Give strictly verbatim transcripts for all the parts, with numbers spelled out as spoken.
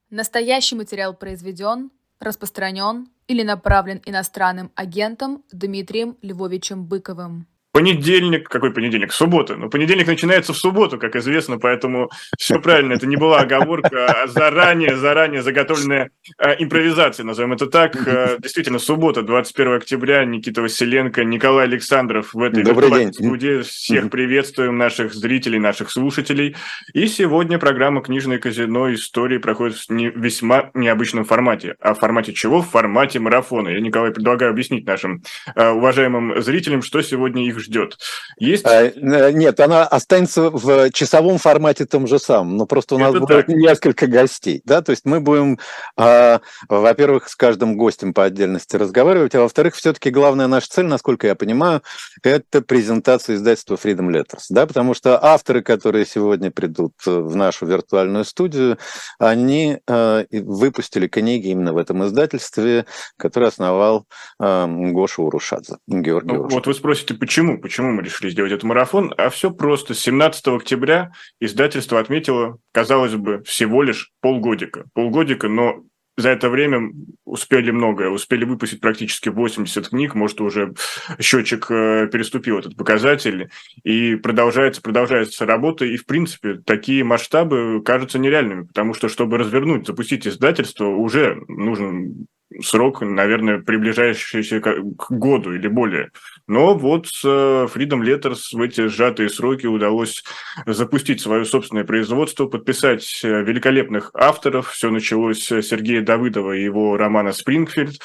Настоящий материал произведен, распространен или направлен иностранным агентом Дмитрием Львовичем Быковым. Понедельник, какой понедельник? Суббота. Но понедельник начинается в субботу, как известно, поэтому все правильно. Это не была оговорка, а заранее, заранее заготовленная э, импровизация, назовем это так. Э, действительно, суббота, двадцать первого октября, Никита Василенко, Николай Александров в этой Добрый виртуальной день. студии. Всех приветствуем, наших зрителей, наших слушателей. И сегодня программа «Книжное казино. Истории» проходит в не, весьма необычном формате. А в формате чего? В формате марафона. Я, Николай, предлагаю объяснить нашим э, уважаемым зрителям, что сегодня их ждет. Есть? А, нет, она останется в часовом формате том же самом, но просто у нас Это будет так. несколько гостей, да, то есть мы будем, а, во-первых, с каждым гостем по отдельности разговаривать, а во-вторых, все-таки главная наша цель, насколько я понимаю, это презентация издательства Freedom Letters, да, потому что авторы, которые сегодня придут в нашу виртуальную студию, они а, выпустили книги именно в этом издательстве, которое основал а, Гоша Урушадзе, Георгий Ну, Урушадзе. вот вы спросите, почему? Почему мы решили сделать этот марафон? А все просто. семнадцатого октября издательство отметило, казалось бы, всего лишь полгодика. Полгодика, но за это время успели многое. Успели выпустить практически восемьдесят книг, может, уже счетчик переступил этот показатель. И продолжается, продолжается работа. И, в принципе, такие масштабы кажутся нереальными, потому что, чтобы развернуть, запустить издательство, уже нужен срок, наверное, приближающийся к году или более. Но вот с Freedom Letters в эти сжатые сроки удалось запустить свое собственное производство, подписать великолепных авторов. Все началось с Сергея Давыдова и его романа «Спрингфилд».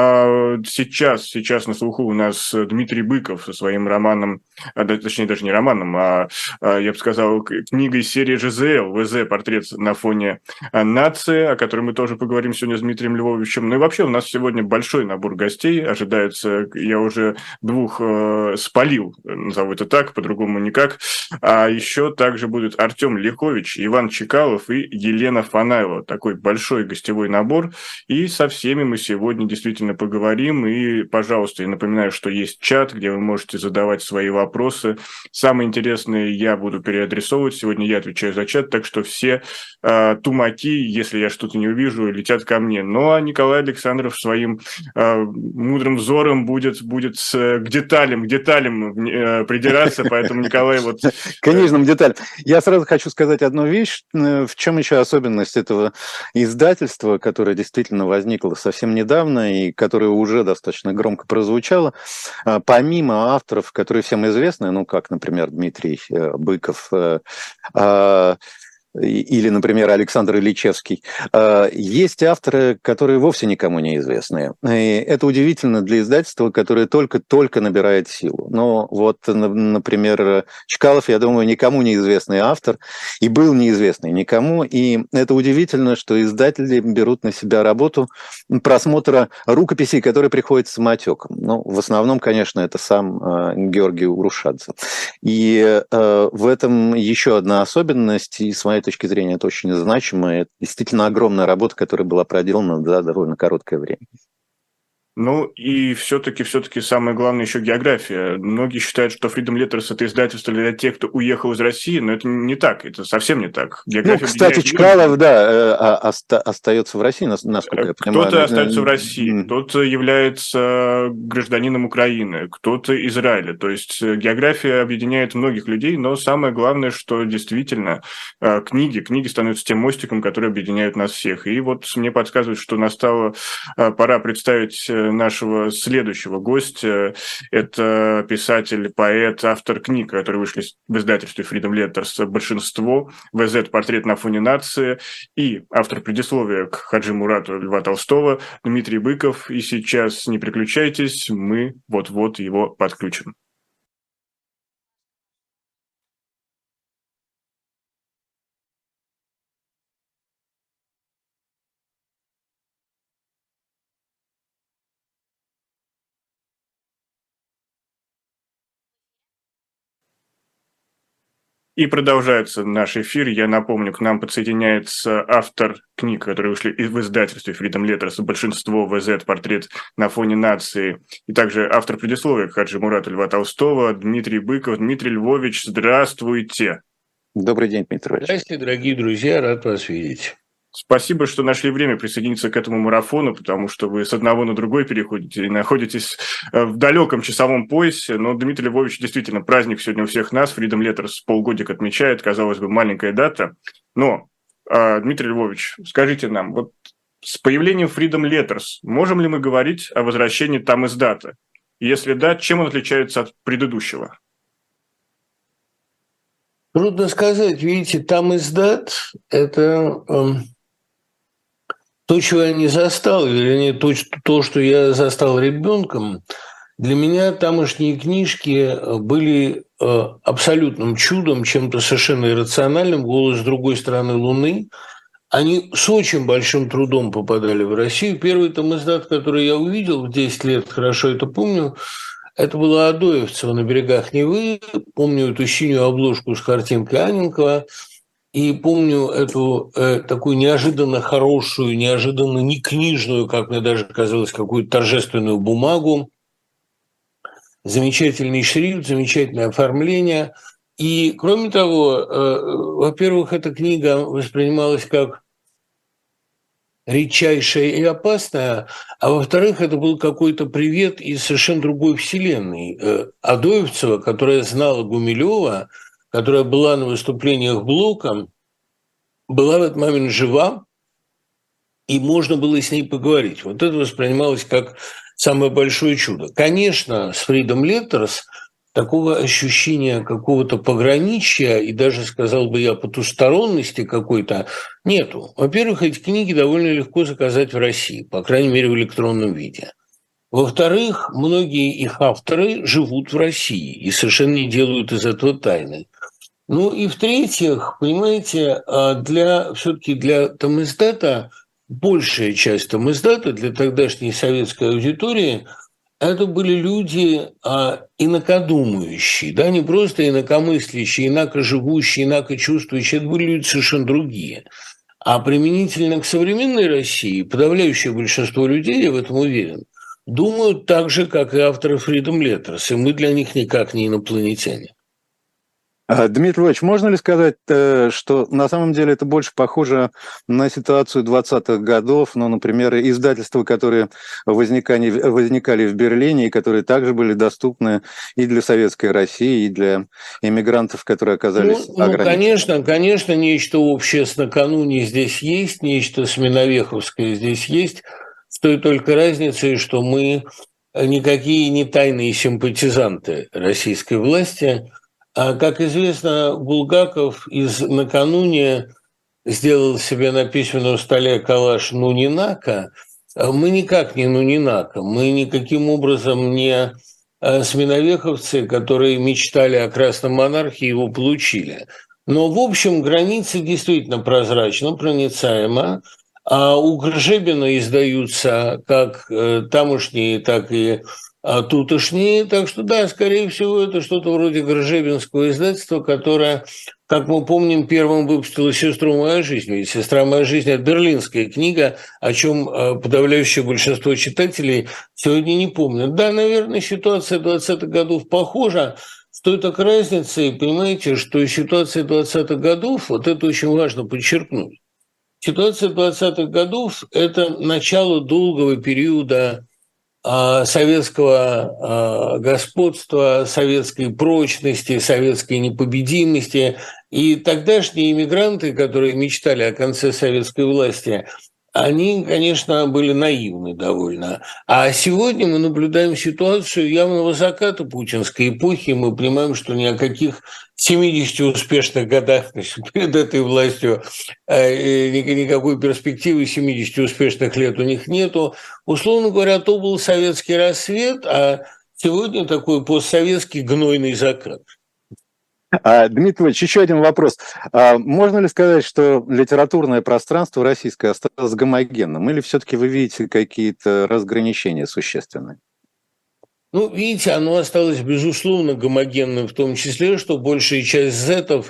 Сейчас, сейчас на слуху у нас Дмитрий Быков со своим романом, точнее, даже не романом, а, я бы сказал, книгой серии ЖЗЛ, ВЗ «Портрет на фоне нации», о которой мы тоже поговорим сегодня с Дмитрием Львовичем. Ну и вообще у нас сегодня большой набор гостей. Ожидается, я уже двух э, спалил, назову это так, по-другому никак. А еще также будут Артем Лихович, Иван Чекалов и Елена Фанаева. Такой большой гостевой набор. И со всеми мы сегодня действительно поговорим. И, пожалуйста, я напоминаю, что есть чат, где вы можете задавать свои вопросы. Самые интересные я буду переадресовывать. Сегодня я отвечаю за чат, так что все э, тумаки, если я что-то не увижу, летят ко мне. Ну, а Николай Александров своим э, мудрым взором будет, будет э, к деталям, к деталям э, придираться, поэтому, Николай, вот... К книжным деталям. Я сразу хочу сказать одну вещь. В чем еще особенность этого издательства, которое действительно возникло совсем недавно и которое уже достаточно громко прозвучало. Помимо авторов, которые всем известны, ну, как, например, Дмитрий Быков, или, например, Александр Ильичевский. Есть авторы, которые вовсе никому не известны. И это удивительно для издательства, которое только-только набирает силу. Но вот, например, Чкалов, я думаю, никому неизвестный автор, и был неизвестный никому. И это удивительно, что издатели берут на себя работу просмотра рукописей, которые приходят самотеком. Ну, в основном, конечно, это сам Георгий Урушадзе. И в этом еще одна особенность, и с моей точки зрения это очень значимо. Это действительно огромная работа, которая была проделана за довольно короткое время. Ну и все-таки, все-таки самое главное еще география. Многие считают, что Freedom Letters – это издательство для тех, кто уехал из России, но это не так, это совсем не так. География, ну, кстати, Чкалов, да, остается в России, насколько я понимаю. Кто-то остается в России, кто-то является гражданином Украины, кто-то Израиля. То есть география объединяет многих людей, но самое главное, что действительно книги, книги становятся тем мостиком, который объединяет нас всех. И вот мне подсказывают, что настала пора представить нашего следующего гостя. Это писатель, поэт, автор книг, которые вышли в издательстве Freedom Letters «Большинство», ВЗ «Портрет на фоне нации» и автор предисловия к Хаджи Мурату Льва Толстого Дмитрий Быков. И сейчас не переключайтесь, мы вот-вот его подключим. И продолжается наш эфир. Я напомню, к нам подсоединяется автор книг, которые вышли в издательстве Freedom Letters «Большинство», ВЗ «Портрет на фоне нации», и также автор предисловия к Хаджи Мурату Льва Толстого Дмитрий Быков. Дмитрий Львович, здравствуйте. Добрый день, Дмитрий Львович. Здравствуйте, дорогие друзья, рад вас видеть. Спасибо, что нашли время присоединиться к этому марафону, потому что вы с одного на другой переходите и находитесь в далеком часовом поясе. Но Дмитрий Львович, действительно, праздник сегодня у всех нас. Freedom Letters полгодик отмечает, казалось бы, маленькая дата. Но, Дмитрий Львович, скажите нам, вот с появлением Freedom Letters можем ли мы говорить о возвращении там-издата? Если да, чем он отличается от предыдущего? Трудно сказать. Видите, там-издат – это э, то, чего я не застал, вернее, то, то, что я застал ребенком. Для меня тамошние книжки были э, абсолютным чудом, чем-то совершенно иррациональным. «Голос с другой стороны Луны». Они с очень большим трудом попадали в Россию. Первый там-издат, который я увидел в десять лет, хорошо это помню, это было Адоевцева «На берегах Невы». Помню эту синюю обложку с картинкой Анненкова. И помню эту э, такую неожиданно хорошую, неожиданно не книжную, как мне даже казалось, какую-то торжественную бумагу. Замечательный шрифт, замечательное оформление. И, кроме того, э, во-первых, эта книга воспринималась как редчайшая и опасная, а во-вторых, это был какой-то привет из совершенно другой вселенной. Э, Адоевцева, которая знала Гумилева, которая была на выступлениях Блока, была в этот момент жива, и можно было с ней поговорить. Вот это воспринималось как самое большое чудо. Конечно, с Freedom Letters такого ощущения какого-то пограничья и даже, сказал бы я, потусторонности какой-то нету. Во-первых, эти книги довольно легко заказать в России, по крайней мере, в электронном виде. Во-вторых, многие их авторы живут в России и совершенно не делают из этого тайны. Ну и в-третьих, понимаете, для, все-таки для там-издата, большая часть там-издата для тогдашней советской аудитории – это были люди а, инакодумающие, да, не просто инакомыслящие, инакоживущие, инакочувствующие, это были люди совершенно другие. А применительно к современной России подавляющее большинство людей, я в этом уверен, думают так же, как и авторы Freedom Letters, и мы для них никак не инопланетяне. Дмитрий Львович, можно ли сказать, что на самом деле это больше похоже на ситуацию двадцатых годов, ну, например, издательства, которые возникали, возникали в Берлине и которые также были доступны и для советской России, и для иммигрантов, которые оказались ну, за границей? Ну, конечно, конечно, нечто общее с «Накануне» здесь есть, нечто с «Миновеховской» здесь есть, с той только разницей, что мы никакие не тайные симпатизанты российской власти. А, как известно, Булгаков из «Накануне» сделал себе на письменном столе коллаж «Нунинака». Мы никак не Нунинака, мы никаким образом не сменовеховцы, которые мечтали о красном монархе, его получили. Но, в общем, границы действительно прозрачно, проницаемо. А у Гржебина издаются как тамошние, так и тутошние. Так что, да, скорее всего, это что-то вроде Гржебинского издательства, которое, как мы помним, первым выпустила «Сестру моя жизнь». Ведь «Сестра моя жизнь» – это берлинская книга, о чем подавляющее большинство читателей сегодня не помнят. Да, наверное, ситуация двадцатых годов похожа. С той так разницей, понимаете, что ситуация двадцатых годов, вот это очень важно подчеркнуть. Ситуация двадцатых годов – это начало долгого периода советского господства, советской прочности, советской непобедимости. И тогдашние иммигранты, которые мечтали о конце советской власти, они, конечно, были наивны довольно. А сегодня мы наблюдаем ситуацию явного заката путинской эпохи. Мы понимаем, что ни о каких семидесяти успешных годах, значит, перед этой властью никакой перспективы семидесяти успешных лет у них нету. Условно говоря, то был советский рассвет, а сегодня такой постсоветский гнойный закат. Дмитрий Ильич, еще один вопрос. Можно ли сказать, что литературное пространство российское осталось гомогенным, или все-таки вы видите какие-то разграничения существенные? Ну, видите, оно осталось, безусловно, гомогенным, в том числе, что большая часть зетов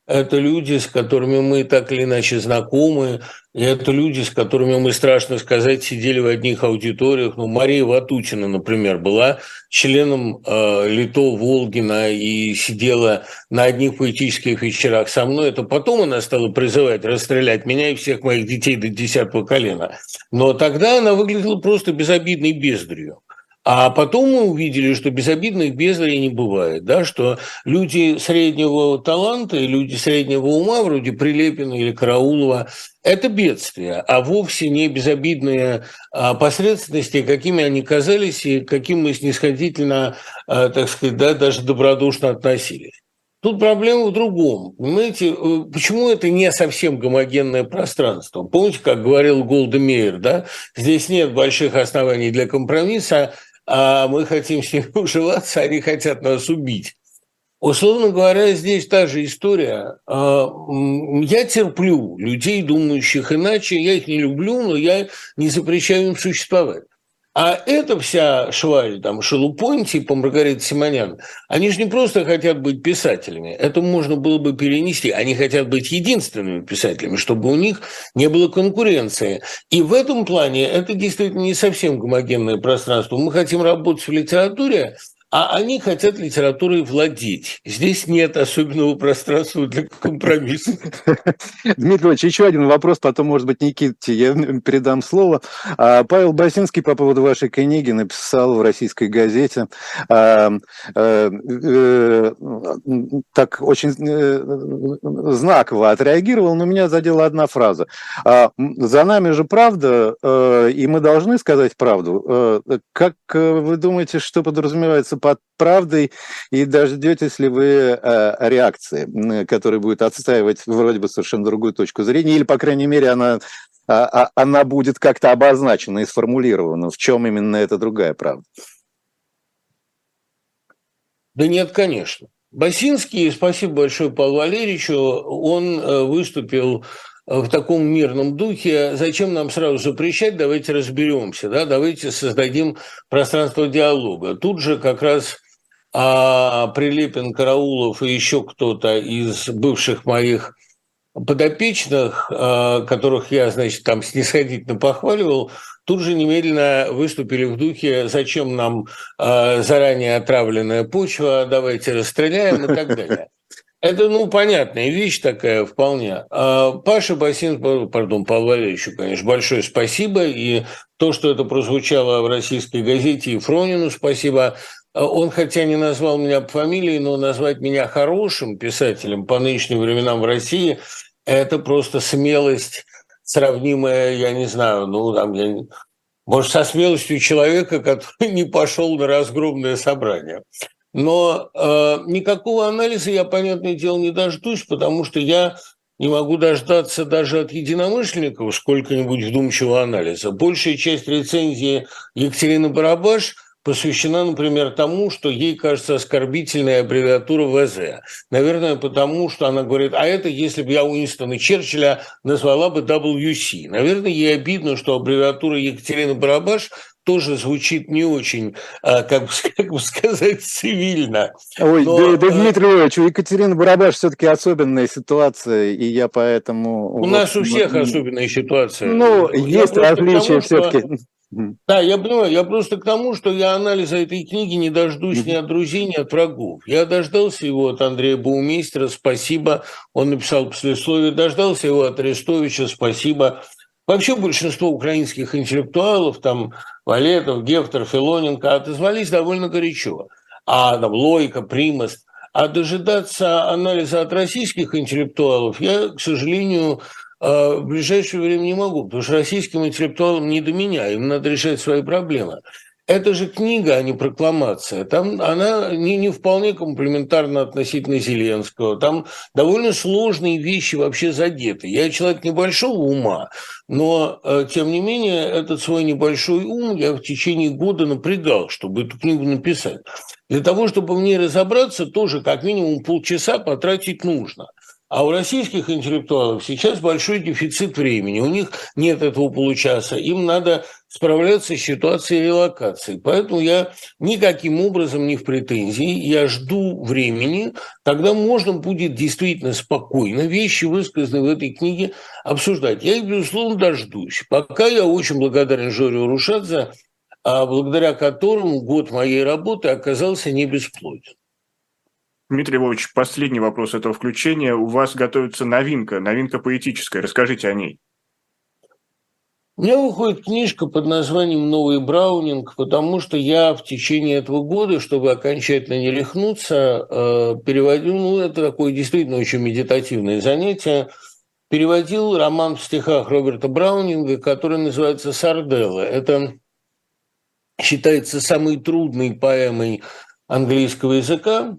это люди, с которыми мы так или иначе знакомы, и это люди, с которыми мы, страшно сказать, сидели в одних аудиториях. Ну, Мария Ватутина, например, была членом э, ЛИТО Волгина и сидела на одних поэтических вечерах со мной. Это потом она стала призывать расстрелять меня и всех моих детей до десятого колена. Но тогда она выглядела просто безобидной бездарью. А потом мы увидели, что безобидных бездарей не бывает, да, что люди среднего таланта и люди среднего ума, вроде Прилепина или Караулова, это бедствие, а вовсе не безобидные а, посредственности, какими они казались и каким мы снисходительно, а, так сказать, да, даже добродушно относились. Тут проблема в другом. Понимаете, почему это не совсем гомогенное пространство? Помните, как говорил Голда Меир, да? Здесь нет больших оснований для компромисса, а мы хотим с ними уживаться, они хотят нас убить. Условно говоря, здесь та же история. Я терплю людей, думающих иначе, я их не люблю, но я не запрещаю им существовать. А эта вся шваль, там, шелупонь, типа Маргарита Симонян, они же не просто хотят быть писателями, это можно было бы перенести. Они хотят быть единственными писателями, чтобы у них не было конкуренции. И в этом плане это действительно не совсем гомогенное пространство. Мы хотим работать в литературе, а они хотят литературой владеть. Здесь нет особенного пространства для компромисса. Дмитрий Ильич, еще один вопрос, потом, может быть, Никите я передам слово. Павел Басинский по поводу вашей книги написал в российской газете, так очень знаково отреагировал, но меня задела одна фраза. За нами же правда, и мы должны сказать правду. Как вы думаете, что подразумевается под правдой, и дождетесь ли вы э, реакции, которая будет отстаивать вроде бы совершенно другую точку зрения, или, по крайней мере, она, а, она будет как-то обозначена и сформулирована, в чем именно эта другая правда? Да нет, конечно. Басинский, спасибо большое Павлу Валерьевичу, он выступил в таком мирном духе. Зачем нам сразу запрещать? Давайте разберемся, да? Давайте создадим пространство диалога. Тут же как раз а, Прилепин, Караулов и еще кто-то из бывших моих подопечных, а, которых я, значит, там снисходительно похваливал, тут же немедленно выступили в духе «Зачем нам а, заранее отравленная почва? Давайте расстреляем» и так далее. Это, ну, понятная вещь такая вполне. Паша Басин, пардон, Павлу Валерьевичу, конечно, большое спасибо. И то, что это прозвучало в российской газете, и Фронину спасибо. Он, хотя не назвал меня по фамилии, но назвать меня хорошим писателем по нынешним временам в России, это просто смелость, сравнимая, я не знаю, ну, там, я, может, со смелостью человека, который не пошел на разгромное собрание. Но э, никакого анализа я, понятное дело, не дождусь, потому что я не могу дождаться даже от единомышленников сколько-нибудь вдумчивого анализа. Большая часть рецензии Екатерины Барабаш посвящена, например, тому, что ей кажется оскорбительная аббревиатура вэ зэ. Наверное, потому что она говорит, а это если бы я Уинстона Черчилля назвала бы дабл ю си. Наверное, ей обидно, что аббревиатура Екатерины Барабаш тоже звучит не очень, как бы, как бы сказать, цивильно. Ой, Но, да, да, Дмитрий Ильич, у Екатерины Барабаш все-таки особенная ситуация, и я поэтому... У вот, нас у всех ну, особенная ситуация. Ну, я есть различия все-таки. Да, я понимаю, я просто к тому, что я анализа этой книги не дождусь ни от друзей, ни от врагов. Я дождался его от Андрея Баумейстера, спасибо, он написал послесловие, дождался его от Арестовича, спасибо. Вообще большинство украинских интеллектуалов, там Валетов, Гефтер, Филоненко, отозвались довольно горячо. А там Лойко, Примас. А дожидаться анализа от российских интеллектуалов я, к сожалению, в ближайшее время не могу, потому что российским интеллектуалам не до меня, им надо решать свои проблемы. Это же книга, а не прокламация. Там она не, не вполне комплементарна относительно Зеленского. Там довольно сложные вещи вообще задеты. Я человек небольшого ума, но, тем не менее, этот свой небольшой ум я в течение года напрягал, чтобы эту книгу написать. Для того, чтобы в ней разобраться, тоже как минимум полчаса потратить нужно. А у российских интеллектуалов сейчас большой дефицит времени. У них нет этого получаса. Им надо справляться с ситуацией релокации. Поэтому я никаким образом не в претензии. Я жду времени, когда можно будет действительно спокойно вещи, высказанные в этой книге, обсуждать. Я их, безусловно, дождусь. Пока я очень благодарен Жоре Урушадзе, благодаря которому год моей работы оказался не бесплоден. Дмитрий Львович, последний вопрос этого включения. У вас готовится новинка, новинка поэтическая. Расскажите о ней. У меня выходит книжка под названием «Новый Браунинг», потому что я в течение этого года, чтобы окончательно не рехнуться, переводил, ну, это такое действительно очень медитативное занятие, переводил роман в стихах Роберта Браунинга, который называется «Сарделла». Это считается самой трудной поэмой английского языка.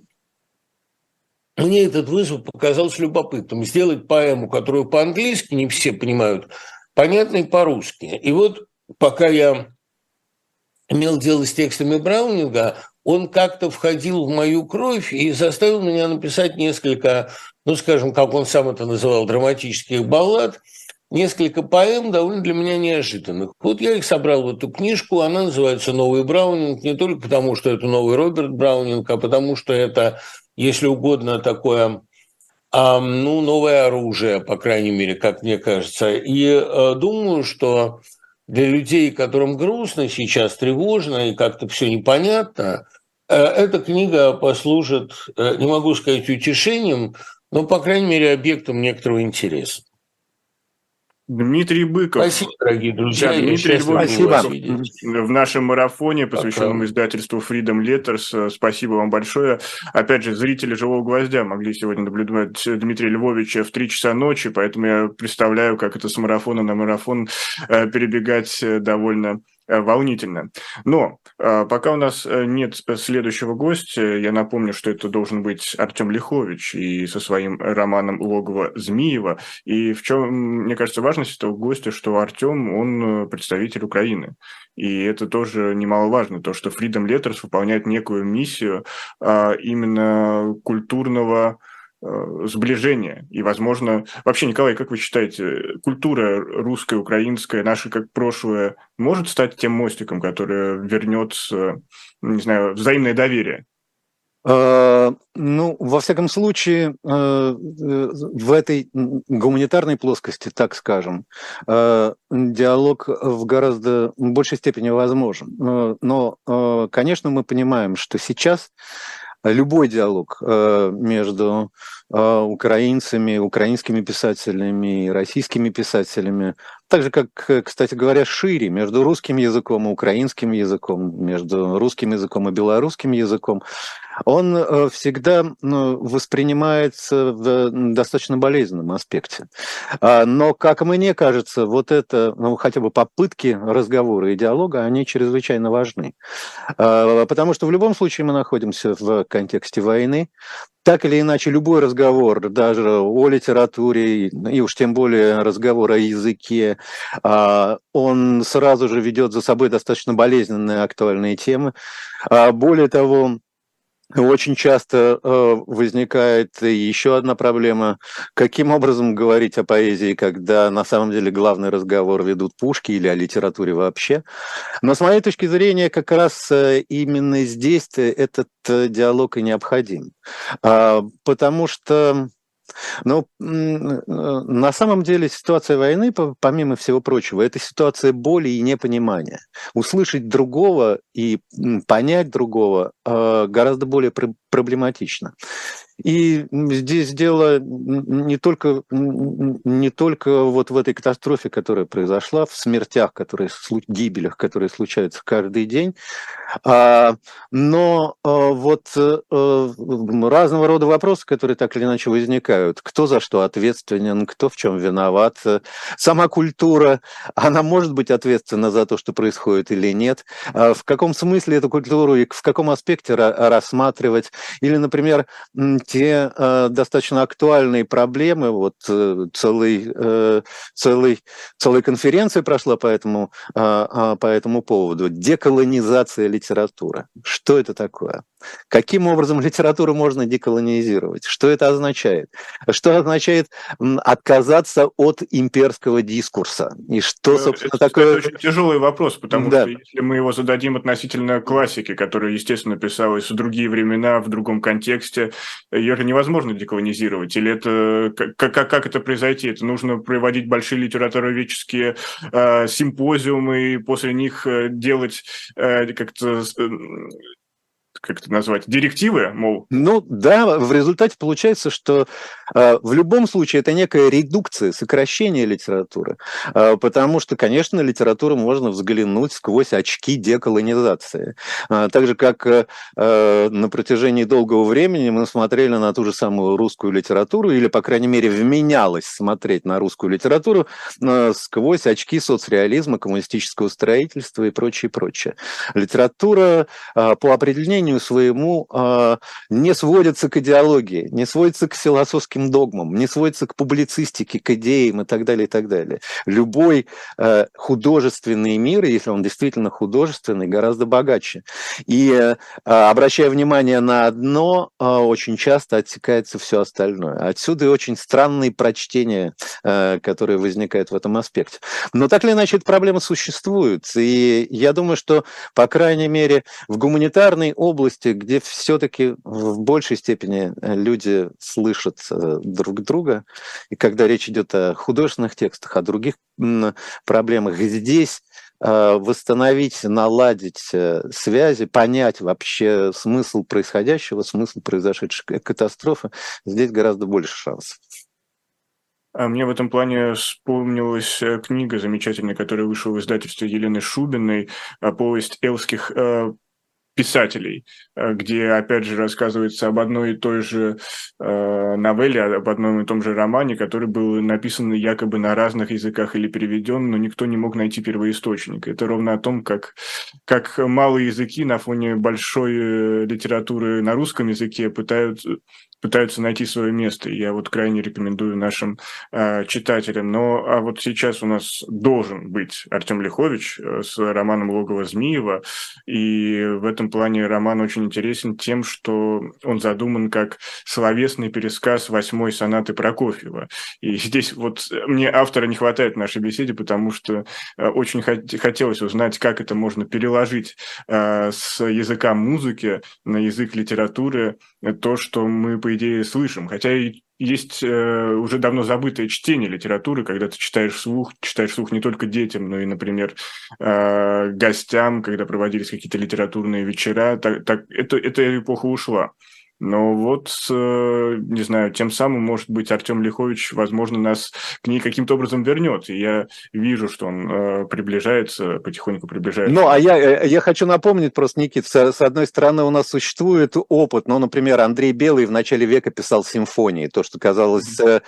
Мне этот вызов показался любопытным. Сделать поэму, которую по-английски не все понимают, понятной по-русски. И вот пока я имел дело с текстами Браунинга, он как-то входил в мою кровь и заставил меня написать несколько, ну, скажем, как он сам это называл, драматических баллад, несколько поэм довольно для меня неожиданных. Вот я их собрал в эту книжку, она называется «Новый Браунинг», не только потому, что это новый Роберт Браунинг, а потому что это, если угодно, такое, а, ну, новое оружие, по крайней мере, как мне кажется. И а, думаю, что для людей, которым грустно сейчас, тревожно и как-то все непонятно, эта книга послужит, не могу сказать утешением, но, по крайней мере, объектом некоторого интереса. Дмитрий Быков. Спасибо, дорогие друзья. Да, Дмитрий Львович, спасибо. В нашем марафоне, посвященном Пока. издательству Freedom Letters. Спасибо вам большое. Опять же, зрители «Живого гвоздя» могли сегодня наблюдать Дмитрия Львовича в три часа ночи, поэтому я представляю, как это с марафона на марафон перебегать довольно волнительно. Но пока у нас нет следующего гостя, я напомню, что это должен быть Артем Лихович и со своим романом «Логово Змиева». И в чем, мне кажется, важность этого гостя, что Артем, он представитель Украины. И это тоже немаловажно, то, что Freedom Letters выполняет некую миссию именно культурного сближения. И, возможно, вообще, Николай, как вы считаете, культура русская, украинская, наше как прошлое может стать тем мостиком, который вернет, не знаю, взаимное доверие? Ну, во всяком случае, в этой гуманитарной плоскости, так скажем, диалог в гораздо большей степени возможен. Но, конечно, мы понимаем, что сейчас любой диалог между украинцами, украинскими писателями и российскими писателями, так же, как, кстати говоря, шире, между русским языком и украинским языком, между русским языком и белорусским языком, он всегда воспринимается в достаточно болезненном аспекте. Но, как мне кажется, вот это, ну, хотя бы попытки разговора и диалога, они чрезвычайно важны. Потому что в любом случае мы находимся в контексте войны. Так или иначе, любой разговор, даже о литературе, и уж тем более разговор о языке, он сразу же ведет за собой достаточно болезненные актуальные темы. Более того, очень часто э, возникает еще одна проблема. Каким образом говорить о поэзии, когда на самом деле главный разговор ведут пушки или о литературе вообще? Но с моей точки зрения, как раз именно здесь этот диалог и необходим. А, потому что... Но на самом деле ситуация войны, помимо всего прочего, это ситуация боли и непонимания. Услышать другого и понять другого гораздо более проблематично. И здесь дело не только, не только вот в этой катастрофе, которая произошла, в смертях, которые, гибелях, которые случаются каждый день, но вот разного рода вопросы, которые так или иначе возникают. Кто за что ответственен, кто в чем виноват. Сама культура, она может быть ответственна за то, что происходит или нет. В каком смысле эту культуру и в каком аспекте рассматривать. Или, например, те э, достаточно актуальные проблемы, вот э, целый, э, целый, целая конференция прошла по этому, э, по этому поводу, деколонизация литературы. Что это такое? Каким образом литературу можно деколонизировать? Что это означает? Что означает отказаться от имперского дискурса? И что, собственно, это, такое... Это очень тяжелый вопрос, потому да. что если мы его зададим относительно классики, которая, естественно, писалась в другие времена, в другом контексте, ее же невозможно деколонизировать. Или это... Как, как, как это произойти? Это нужно проводить большие литературоведческие э, симпозиумы и после них делать э, как-то... Э, как это назвать, директивы, мол? Ну да, в результате получается, что э, в любом случае это некая редукция, сокращение литературы, э, потому что, конечно, на литературу можно взглянуть сквозь очки деколонизации. Э, так же, как э, на протяжении долгого времени мы смотрели на ту же самую русскую литературу, или, по крайней мере, вменялось смотреть на русскую литературу э, сквозь очки соцреализма, коммунистического строительства и прочее, прочее. Литература э, по определению своему э, не сводится к идеологии, не сводится к философским догмам, не сводится к публицистике, к идеям и так далее, и так далее. Любой э, художественный мир, если он действительно художественный, гораздо богаче. И э, обращая внимание на одно, э, очень часто отсекается все остальное. Отсюда и очень странные прочтения, э, которые возникают в этом аспекте. Но так или иначе, эта проблема существует. И я думаю, что, по крайней мере, в гуманитарной области, области, где все-таки в большей степени люди слышат друг друга, и когда речь идет о художественных текстах, о других проблемах, здесь восстановить, наладить связи, понять вообще смысл происходящего, смысл произошедшей катастрофы, здесь гораздо больше шансов. А мне в этом плане вспомнилась книга замечательная, которая вышла в издательстве Елены Шубиной, повесть элских писателей, где, опять же, рассказывается об одной и той же э, новелле, об одном и том же романе, который был написан якобы на разных языках или переведен, но никто не мог найти первоисточника. Это ровно о том, как, как малые языки на фоне большой литературы на русском языке пытаются... пытаются найти свое место. И я вот крайне рекомендую нашим э, читателям. Но а вот сейчас у нас должен быть Артем Лихович э, с романом «Логово Змиева». И в этом плане роман очень интересен тем, что он задуман как словесный пересказ восьмой сонаты Прокофьева. И здесь вот мне автора не хватает в нашей беседе, потому что э, очень хот- хотелось узнать, как это можно переложить э, с языка музыки на язык литературы, то, что мы, по идее, слышим. Хотя и есть э, уже давно забытое чтение литературы, когда ты читаешь вслух, читаешь вслух не только детям, но и, например, э, гостям, когда проводились какие-то литературные вечера. Так, так, это, эта эпоха ушла. Но вот, не знаю, тем самым, может быть, Артем Лихович, возможно, нас к ней каким-то образом вернет. И я вижу, что он приближается, потихоньку приближается. Ну, а я, я хочу напомнить просто, Никит, с, с одной стороны, у нас существует опыт, ну, например, Андрей Белый в начале века писал симфонии, то, что казалось э,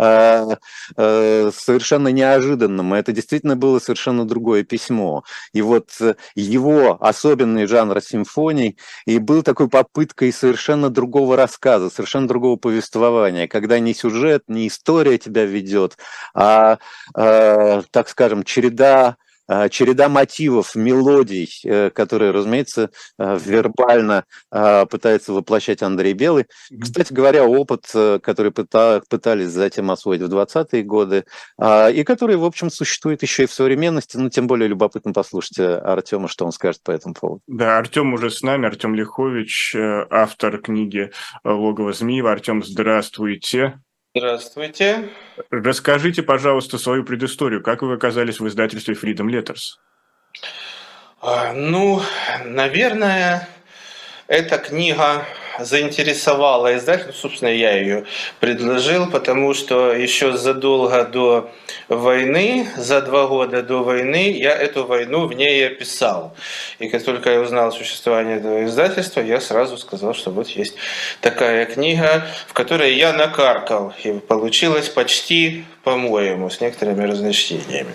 э, совершенно неожиданным. Это действительно было совершенно другое письмо. И вот его особенный жанр симфоний и был такой попыткой совершенно другого другого рассказа, совершенно другого повествования, когда не сюжет, не история тебя ведет, а, э, так скажем, череда, э, череда мотивов, мелодий, э, которые, разумеется, э, вербально э, пытается воплощать Андрей Белый. Кстати говоря, опыт, э, который пыта, пытались затем освоить в двадцатые годы, э, и который, в общем, существует еще и в современности, ну, тем более любопытно послушать Артема, что он скажет по этому поводу. Да, Артем уже с нами, Артем Лихович, автор книги «Логово Змиева». Артем, здравствуйте. Здравствуйте. Расскажите, пожалуйста, свою предысторию. Как вы оказались в издательстве Freedom Letters? Ну, наверное, эта книга заинтересовала издателя. Собственно, я ее предложил, потому что еще задолго до войны, за два года до войны, я эту войну в ней описал. И как только я узнал о существовании этого издательства, я сразу сказал, что вот есть такая книга, в которой я накаркал. И получилось почти, по-моему, с некоторыми разночтениями.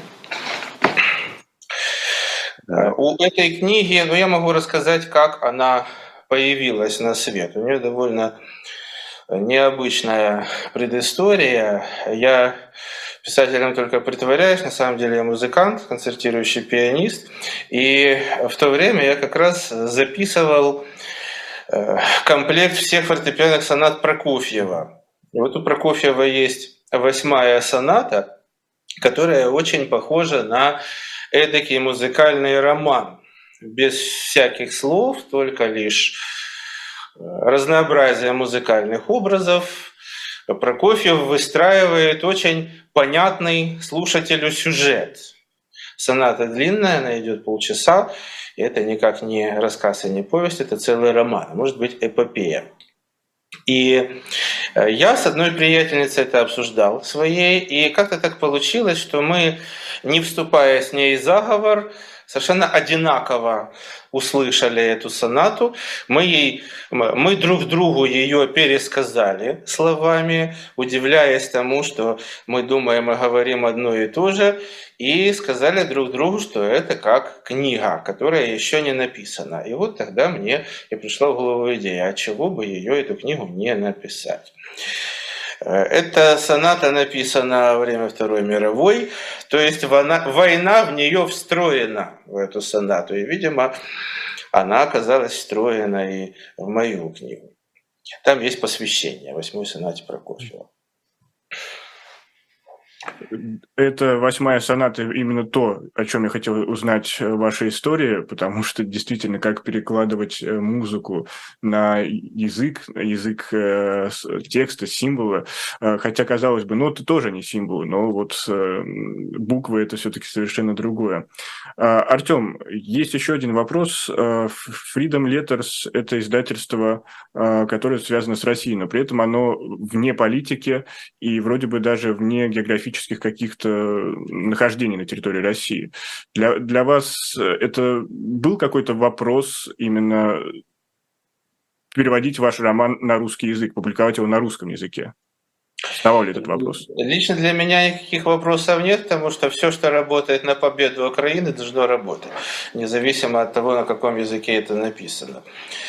У этой книги, ну, я могу рассказать, как она появилась на свет. У нее довольно необычная предыстория. Я писателем только притворяюсь, на самом деле я музыкант, концертирующий пианист. И в то время я как раз записывал комплект всех фортепианных сонат Прокофьева. И вот у Прокофьева есть восьмая соната, которая очень похожа на эдакий музыкальный роман. Без всяких слов, только лишь разнообразие музыкальных образов. Прокофьев выстраивает очень понятный слушателю сюжет. Соната длинная, она идет полчаса, и это никак не рассказ и не повесть, это целый роман, может быть, эпопея. И я с одной приятельницей это обсуждал своей, и как-то так получилось, что мы, не вступая с ней в заговор, совершенно одинаково услышали эту сонату. Мы, ей, мы друг другу ее пересказали словами, удивляясь тому, что мы думаем и говорим одно и то же, и сказали друг другу, что это как книга, которая еще не написана. И вот тогда мне и пришла в голову идея, а чего бы ее, эту книгу, не написать. Эта соната написана во время Второй мировой, то есть война в нее встроена, в эту сонату. И, видимо, она оказалась встроена и в мою книгу. Там есть посвящение восьмой сонате Прокофьева. Это восьмая соната именно то, о чем я хотел узнать в вашей истории, потому что действительно, как перекладывать музыку на язык, язык текста, символа, хотя, казалось бы, ноты тоже не символы, но вот буквы – это все-таки совершенно другое. Артем, есть еще один вопрос. Freedom Letters – это издательство, которое связано с Россией, но при этом оно вне политики и вроде бы даже вне географических каких-то нахождений на территории России. Для, для вас это был какой-то вопрос именно переводить ваш роман на русский язык, публиковать его на русском языке? Вставал ли этот вопрос? Лично для меня никаких вопросов нет, потому что все, что работает на победу Украины, должно работать, независимо от того, на каком языке это написано.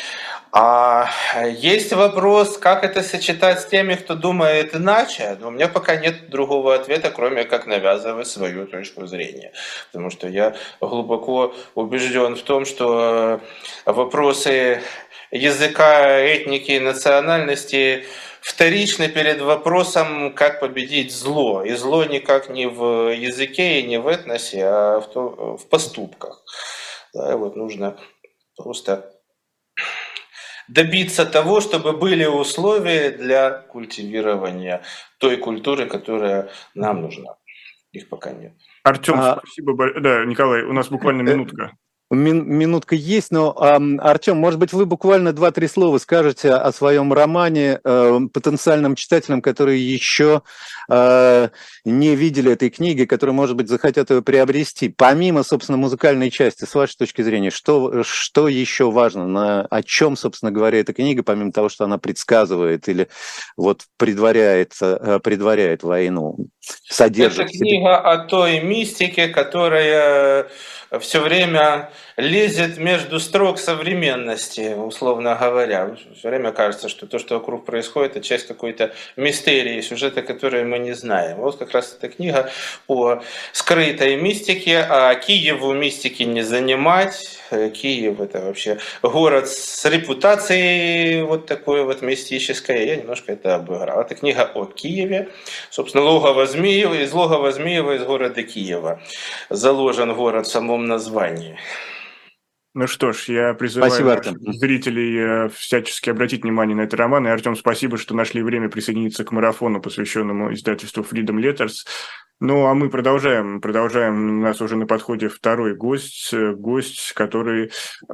А есть вопрос, как это сочетать с теми, кто думает иначе, но у меня пока нет другого ответа, кроме как навязывать свою точку зрения. Потому что я глубоко убежден в том, что вопросы языка, этники, национальности вторичны перед вопросом, как победить зло. И зло никак не в языке и не в этносе, а в, то, в поступках. Да, и вот нужно просто добиться того, чтобы были условия для культивирования той культуры, которая нам нужна. Их пока нет. Артем, а... спасибо. Да, Николай, у нас буквально минутка. Мин, минутка есть, но, э, Артем, может быть, вы буквально два-три слова скажете о своем романе э, потенциальным читателям, которые еще э, не видели этой книги, которые, может быть, захотят ее приобрести. Помимо, собственно, музыкальной части, с вашей точки зрения, что, что еще важно? На, о чем, собственно говоря, эта книга, помимо того, что она предсказывает или вот предваряет, предваряет войну, содержит? Это книга о той мистике, которая все время лезет между строк современности, условно говоря. Все время кажется, что то, что вокруг происходит, это часть какой-то мистерии, сюжета, который мы не знаем. Вот как раз эта книга о скрытой мистике, а Киеву мистики не занимать. Киев – это вообще город с репутацией вот такой вот мистической. Я немножко это обыграл. Это книга о Киеве. Собственно, логово Змеева, из логова Змеева из города Киева. Заложен город в самом названии. Ну что ж, я призываю спасибо, зрителей всячески обратить внимание на этот роман. И, Артем, спасибо, что нашли время присоединиться к марафону, посвященному издательству Freedom Letters. Ну, а мы продолжаем. Продолжаем. У нас уже на подходе второй гость, гость, который э,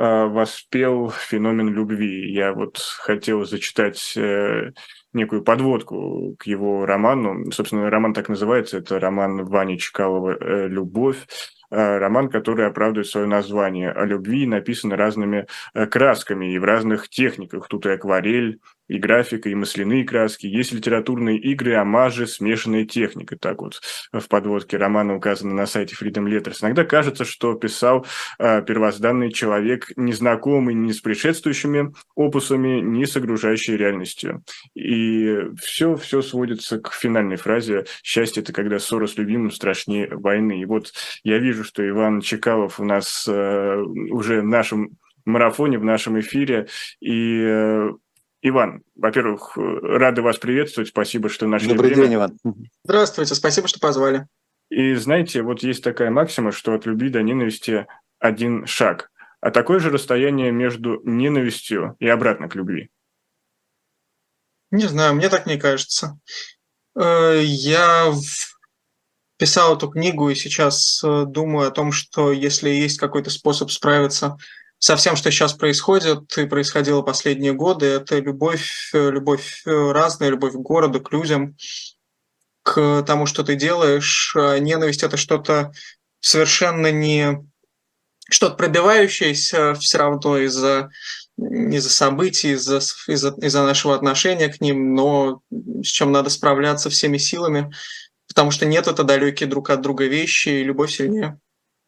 воспел феномен любви. Я вот хотел зачитать э, некую подводку к его роману. Собственно, роман так называется. Это роман Вани Чкалова «Любовь». Роман, который оправдывает свое название. О любви написано разными красками и в разных техниках. Тут и акварель, и графика, и масляные краски. Есть литературные игры, омажи, смешанная техника. Так вот в подводке романа указано на сайте Freedom Letters. Иногда кажется, что писал э, первозданный человек, незнакомый ни с предшествующими опусами, ни с окружающей реальностью. И все, все сводится к финальной фразе «Счастье – это когда ссора с любимым страшнее войны». И вот я вижу, что Иван Чекалов у нас э, уже в нашем марафоне, в нашем эфире. И, э, Иван, во-первых, рады вас приветствовать. Спасибо, что нашли Добрый время. день, Иван. Здравствуйте, спасибо, что позвали. И знаете, вот есть такая максима, что от любви до ненависти один шаг. А такое же расстояние между ненавистью и обратно к любви. Не знаю, мне так не кажется. Э, Я в- писал эту книгу и сейчас э, думаю о том, что если есть какой-то способ справиться со всем, что сейчас происходит и происходило последние годы, это любовь, э, любовь э, разная, любовь к городу, к людям, к тому, что ты делаешь. А ненависть – это что-то совершенно не что-то пробивающееся все равно из-за из-за событий, из-за, из-за, из-за нашего отношения к ним, но с чем надо справляться всеми силами, потому что нет, это далекие друг от друга вещи, и любовь сильнее.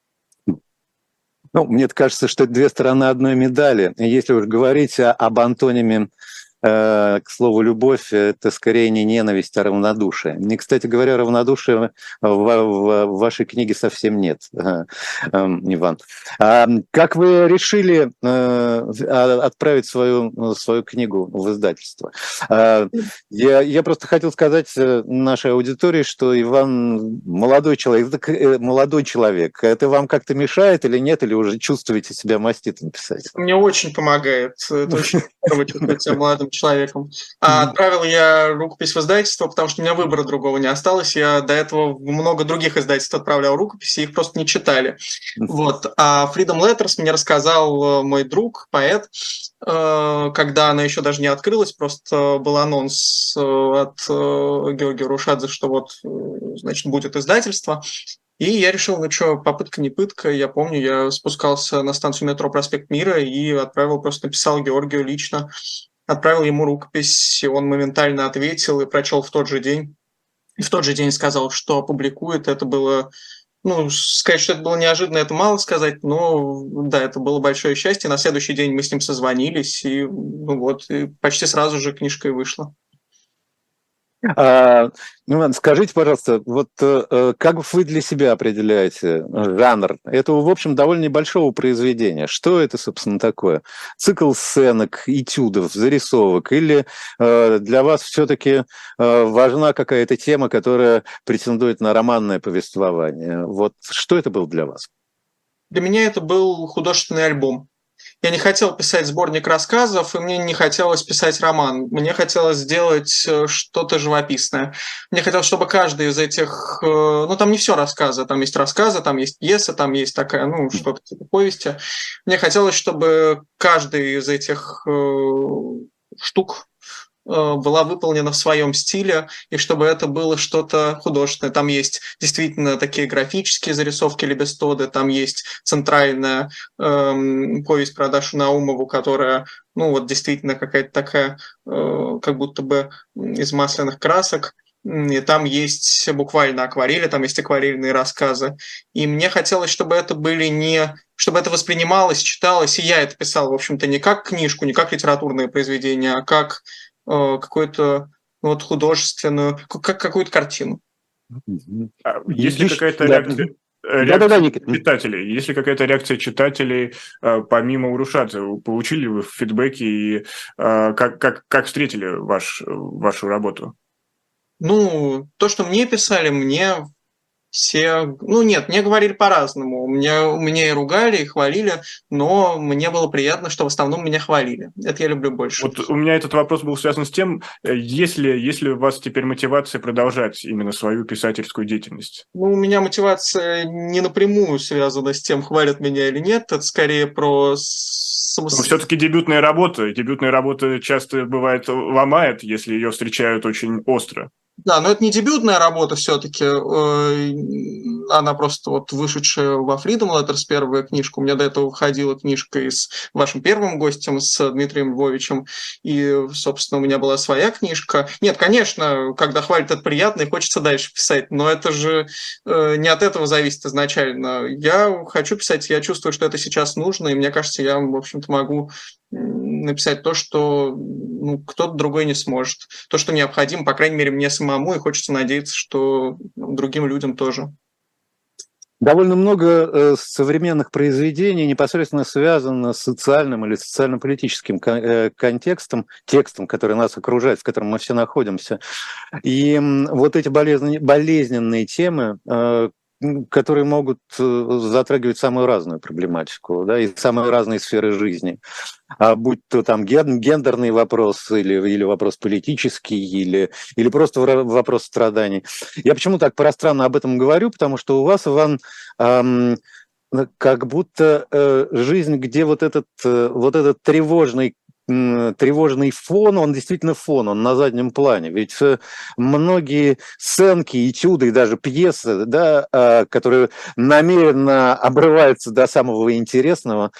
Ну, мне кажется, что это две стороны одной медали. Если уж говорить о, об антониме, э, к слову, любовь, это скорее не ненависть, а равнодушие. И, кстати говоря, равнодушия в, в, в вашей книге совсем нет, э, э, Иван. А как вы решили э, отправить свою, свою книгу в издательство? Э, я, я просто хотел сказать нашей аудитории, что Иван молодой человек. Это молодой человек. Это вам как-то мешает или нет, или уже чувствуете себя маститым писать? Мне очень помогает. Это очень здорово чувствовать себя молодым человеком. А отправил я рукопись в издательство, потому что у меня выбора другого не осталось. Я до этого в много других издательств отправлял рукописи, их просто не читали. Вот. А Freedom Letters мне рассказал мой друг, поэт, когда она еще даже не открылась, просто был анонс от Георгия Рушадзе, что вот, значит, будет издательство. И я решил, ну что, попытка не пытка. Я помню, я спускался на станцию метро «Проспект Мира» и отправил, просто написал Георгию лично, отправил ему рукопись, и он моментально ответил и прочел в тот же день. И в тот же день сказал, что опубликует. Это было, ну, сказать, что это было неожиданно, это мало сказать, но да, это было большое счастье. На следующий день мы с ним созвонились, и, ну вот, и почти сразу же книжка и вышла. А, ну, скажите, пожалуйста, вот э, как вы для себя определяете жанр этого, в общем, довольно небольшого произведения? Что это, собственно, такое? Цикл сценок, этюдов, зарисовок? Или э, для вас все-таки э, важна какая-то тема, которая претендует на романное повествование? Вот что это было для вас? Для меня это был художественный альбом. Я не хотел писать сборник рассказов, и мне не хотелось писать роман. Мне хотелось сделать что-то живописное. Мне хотелось, чтобы каждый из этих... Ну, там не все рассказы. Там есть рассказы, там есть пьеса, там есть такая, ну, что-то типа повести. Мне хотелось, чтобы каждый из этих штук была выполнена в своем стиле, и чтобы это было что-то художественное. Там есть действительно такие графические зарисовки Лебестоды, там есть центральная эм, повесть про Дашу Наумову, которая, ну вот действительно какая-то такая, э, как будто бы из масляных красок. И там есть буквально акварели, там есть акварельные рассказы. И мне хотелось, чтобы это были не... чтобы это воспринималось, читалось, и я это писал, в общем-то, не как книжку, не как литературное произведение, а как какую-то вот художественную, как какую-то картину. Если какая-то да. реакция, Да, реакция да, да, да, читателей, если какая-то реакция читателей помимо Урушадзе, получили вы фидбэки и как, как, как встретили ваш, вашу работу? Ну, то, что мне писали, мне все... Ну, нет, мне говорили по-разному. Меня, меня и ругали, и хвалили, но мне было приятно, что в основном меня хвалили. Это я люблю больше. Вот у меня этот вопрос был связан с тем, есть ли, есть ли у вас теперь мотивация продолжать именно свою писательскую деятельность? Ну, у меня мотивация не напрямую связана с тем, хвалят меня или нет. Это скорее про... Но все-таки дебютная работа. Дебютная работа часто бывает ломает, если ее встречают очень остро. Да, но это не дебютная работа все-таки, она просто вот вышедшая во Freedom Letters первая книжка. У меня до этого выходила книжка и с вашим первым гостем, с Дмитрием Львовичем, и, собственно, у меня была своя книжка. Нет, конечно, когда хвалят, это приятно, и хочется дальше писать, но это же не от этого зависит изначально. Я хочу писать, я чувствую, что это сейчас нужно, и мне кажется, я, в общем-то, могу написать то, что ну, кто-то другой не сможет. То, что необходимо, по крайней мере, мне самому, и хочется надеяться, что другим людям тоже. Довольно много современных произведений непосредственно связано с социальным или социально-политическим контекстом, текстом, который нас окружает, в котором мы все находимся. И вот эти болезненные темы, которые могут затрагивать самую разную проблематику, да, и самые разные сферы жизни. А будь то там гендерный вопрос, или, или вопрос политический, или, или просто вопрос страданий. Я почему так пространно об этом говорю? Потому что у вас, Иван, эм, как будто э, жизнь, где вот этот, э, вот этот тревожный тревожный фон, он действительно фон, он на заднем плане. Ведь многие сценки, этюды и даже пьесы, да, которые намеренно обрываются до самого интересного,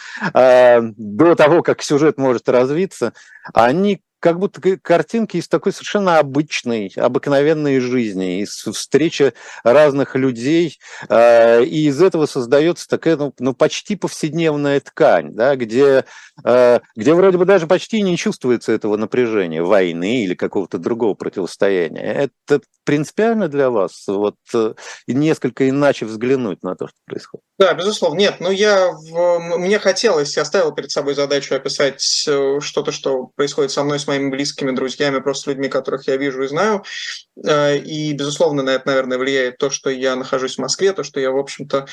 до того, как сюжет может развиться, они как будто картинки из такой совершенно обычной, обыкновенной жизни, из встречи разных людей, э, и из этого создается такая, ну, ну почти повседневная ткань, да, где, э, где вроде бы даже почти не чувствуется этого напряжения, войны или какого-то другого противостояния. Это принципиально для вас вот несколько иначе взглянуть на то, что происходит? Да, безусловно. Нет, ну я, в, мне хотелось, я ставил перед собой задачу описать что-то, что происходит со мной, с моими близкими друзьями, просто людьми, которых я вижу и знаю. И, безусловно, на это, наверное, влияет то, что я нахожусь в Москве, то, что я, в общем-то,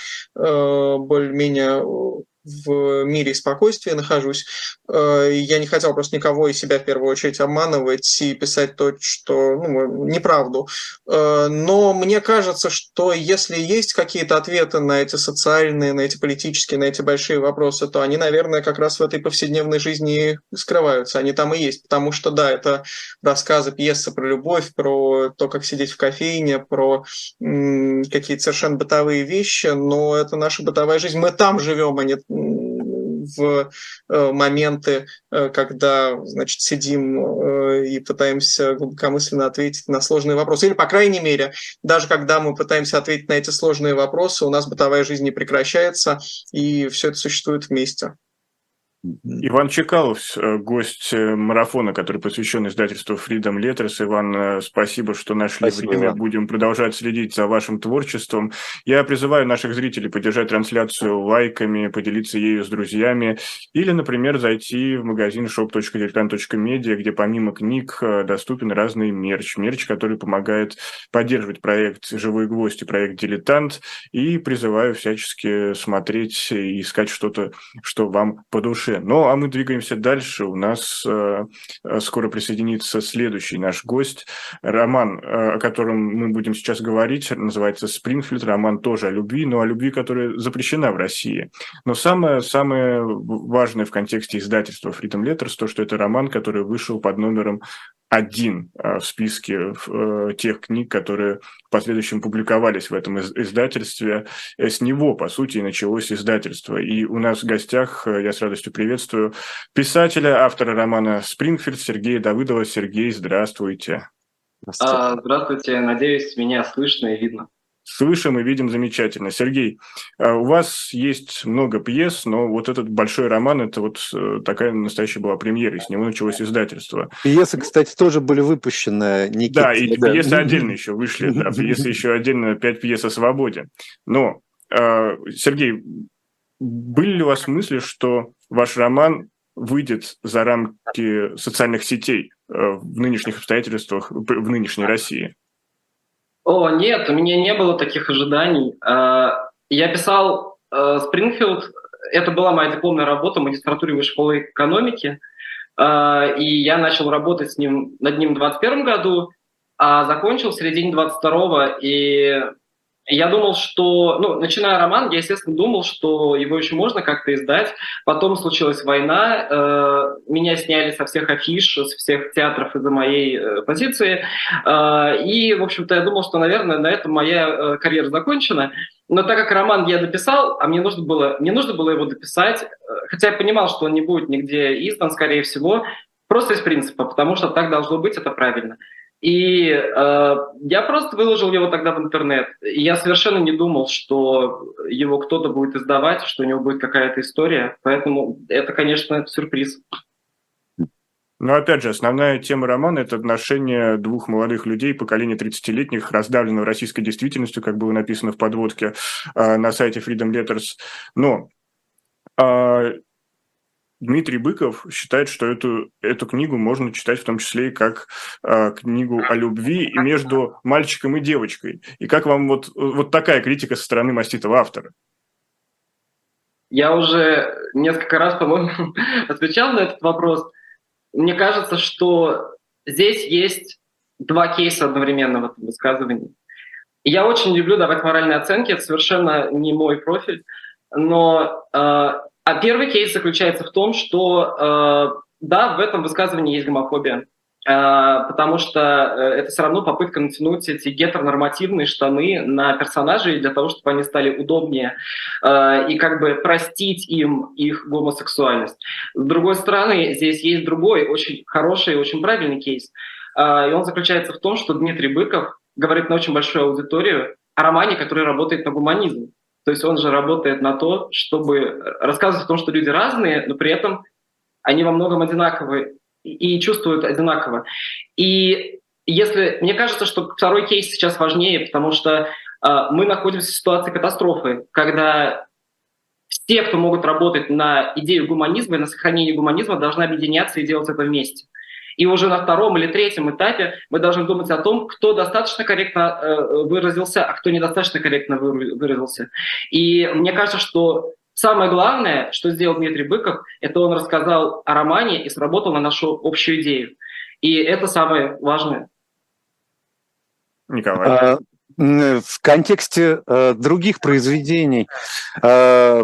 более-менее в мире и спокойствии нахожусь. Я не хотел просто никого и себя в первую очередь обманывать и писать то, что, ну, неправду. Но мне кажется, что если есть какие-то ответы на эти социальные, на эти политические, на эти большие вопросы, то они, наверное, как раз в этой повседневной жизни скрываются. Они там и есть. Потому что, да, это рассказы, пьесы про любовь, про то, как сидеть в кофейне, про м- какие-то совершенно бытовые вещи, но это наша бытовая жизнь. Мы там живем, а не в моменты, когда, значит, сидим и пытаемся глубокомысленно ответить на сложные вопросы. Или, по крайней мере, даже когда мы пытаемся ответить на эти сложные вопросы, у нас бытовая жизнь не прекращается, и все это существует вместе. Иван Чекалов, гость марафона, который посвящен издательству Freedom Letters. Иван, спасибо, что нашли Спасибо, время. Иван. Будем продолжать следить за вашим творчеством. Я призываю наших зрителей поддержать трансляцию лайками, поделиться ею с друзьями или, например, зайти в магазин шоп точка дилетант точка медиа, где помимо книг доступен разный мерч. Мерч, который помогает поддерживать проект «Живой гвоздь» и проект «Дилетант». И призываю всячески смотреть и искать что-то, что вам по душе. Ну, а мы двигаемся дальше. У нас э, скоро присоединится следующий наш гость. Роман, э, о котором мы будем сейчас говорить, называется «Спрингфилд». Роман тоже о любви, но о любви, которая запрещена в России. Но самое, самое важное в контексте издательства Freedom Letters то, что это роман, который вышел под номером один в списке тех книг, которые в последующем публиковались в этом издательстве. С него, по сути, и началось издательство. И у нас в гостях, я с радостью приветствую, писателя, автора романа «Спрингфилд» Сергея Давыдова. Сергей, здравствуйте. Здравствуйте. А, здравствуйте. Надеюсь, меня слышно и видно. Слышим и видим замечательно. Сергей, у вас есть много пьес, но вот этот большой роман, это вот такая настоящая была премьера, и с него началось издательство. Пьесы, кстати, тоже были выпущены. Никита, да, и да. пьесы отдельно еще вышли, да, пьесы еще отдельно, пять пьес о свободе. Но, Сергей, были ли у вас мысли, что ваш роман выйдет за рамки социальных сетей в нынешних обстоятельствах, в нынешней России? О, нет, у меня не было таких ожиданий. Я писал «Спрингфилд», это была моя дипломная работа в магистратуре Высшей школы экономики, и я начал работать с ним, над ним в двадцать первом году, а закончил в середине двадцать второго, и я думал, что, ну, начиная роман, я, естественно, думал, что его еще можно как-то издать. Потом случилась война, э, меня сняли со всех афиш, со всех театров из-за моей э, позиции. Э, и, в общем-то, я думал, что, наверное, на этом моя э, карьера закончена. Но так как роман я дописал, а мне нужно было, мне нужно было его дописать, э, хотя я понимал, что он не будет нигде издан, скорее всего, просто из принципа, потому что так должно быть, это правильно. И э, я просто выложил его тогда в интернет. И я совершенно не думал, что его кто-то будет издавать, что у него будет какая-то история. Поэтому это, конечно, сюрприз. Но опять же, основная тема романа – это отношения двух молодых людей, поколения тридцатилетних, раздавленного российской действительностью, как было написано в подводке э, на сайте Freedom Letters. Но э, Дмитрий Быков считает, что эту, эту книгу можно читать в том числе и как э, книгу о любви и между мальчиком и девочкой. И как вам вот, вот такая критика со стороны маститого автора? Я уже несколько раз, по-моему, отвечал на этот вопрос. Мне кажется, что здесь есть два кейса одновременно в этом высказывании. И я очень люблю давать моральные оценки, это совершенно не мой профиль. Но э, а первый кейс заключается в том, что э, да, в этом высказывании есть гомофобия. Потому что это все равно попытка натянуть эти гетеронормативные штаны на персонажей для того, чтобы они стали удобнее и как бы простить им их гомосексуальность. С другой стороны, здесь есть другой, очень хороший, очень правильный кейс. И он заключается в том, что Дмитрий Быков говорит на очень большую аудиторию о романе, который работает на гуманизм. То есть он же работает на то, чтобы рассказывать о том, что люди разные, но при этом они во многом одинаковые и чувствуют одинаково. И если мне кажется, что второй кейс сейчас важнее, потому что э, мы находимся в ситуации катастрофы, когда все, кто могут работать на идею гуманизма и на сохранение гуманизма, должны объединяться и делать это вместе. И уже на втором или третьем этапе мы должны думать о том, кто достаточно корректно э, выразился, а кто недостаточно корректно выразился. И мне кажется, что самое главное, что сделал Дмитрий Быков, это он рассказал о романе и сработал на нашу общую идею. И это самое важное. Николай. А, в контексте а, других произведений, а,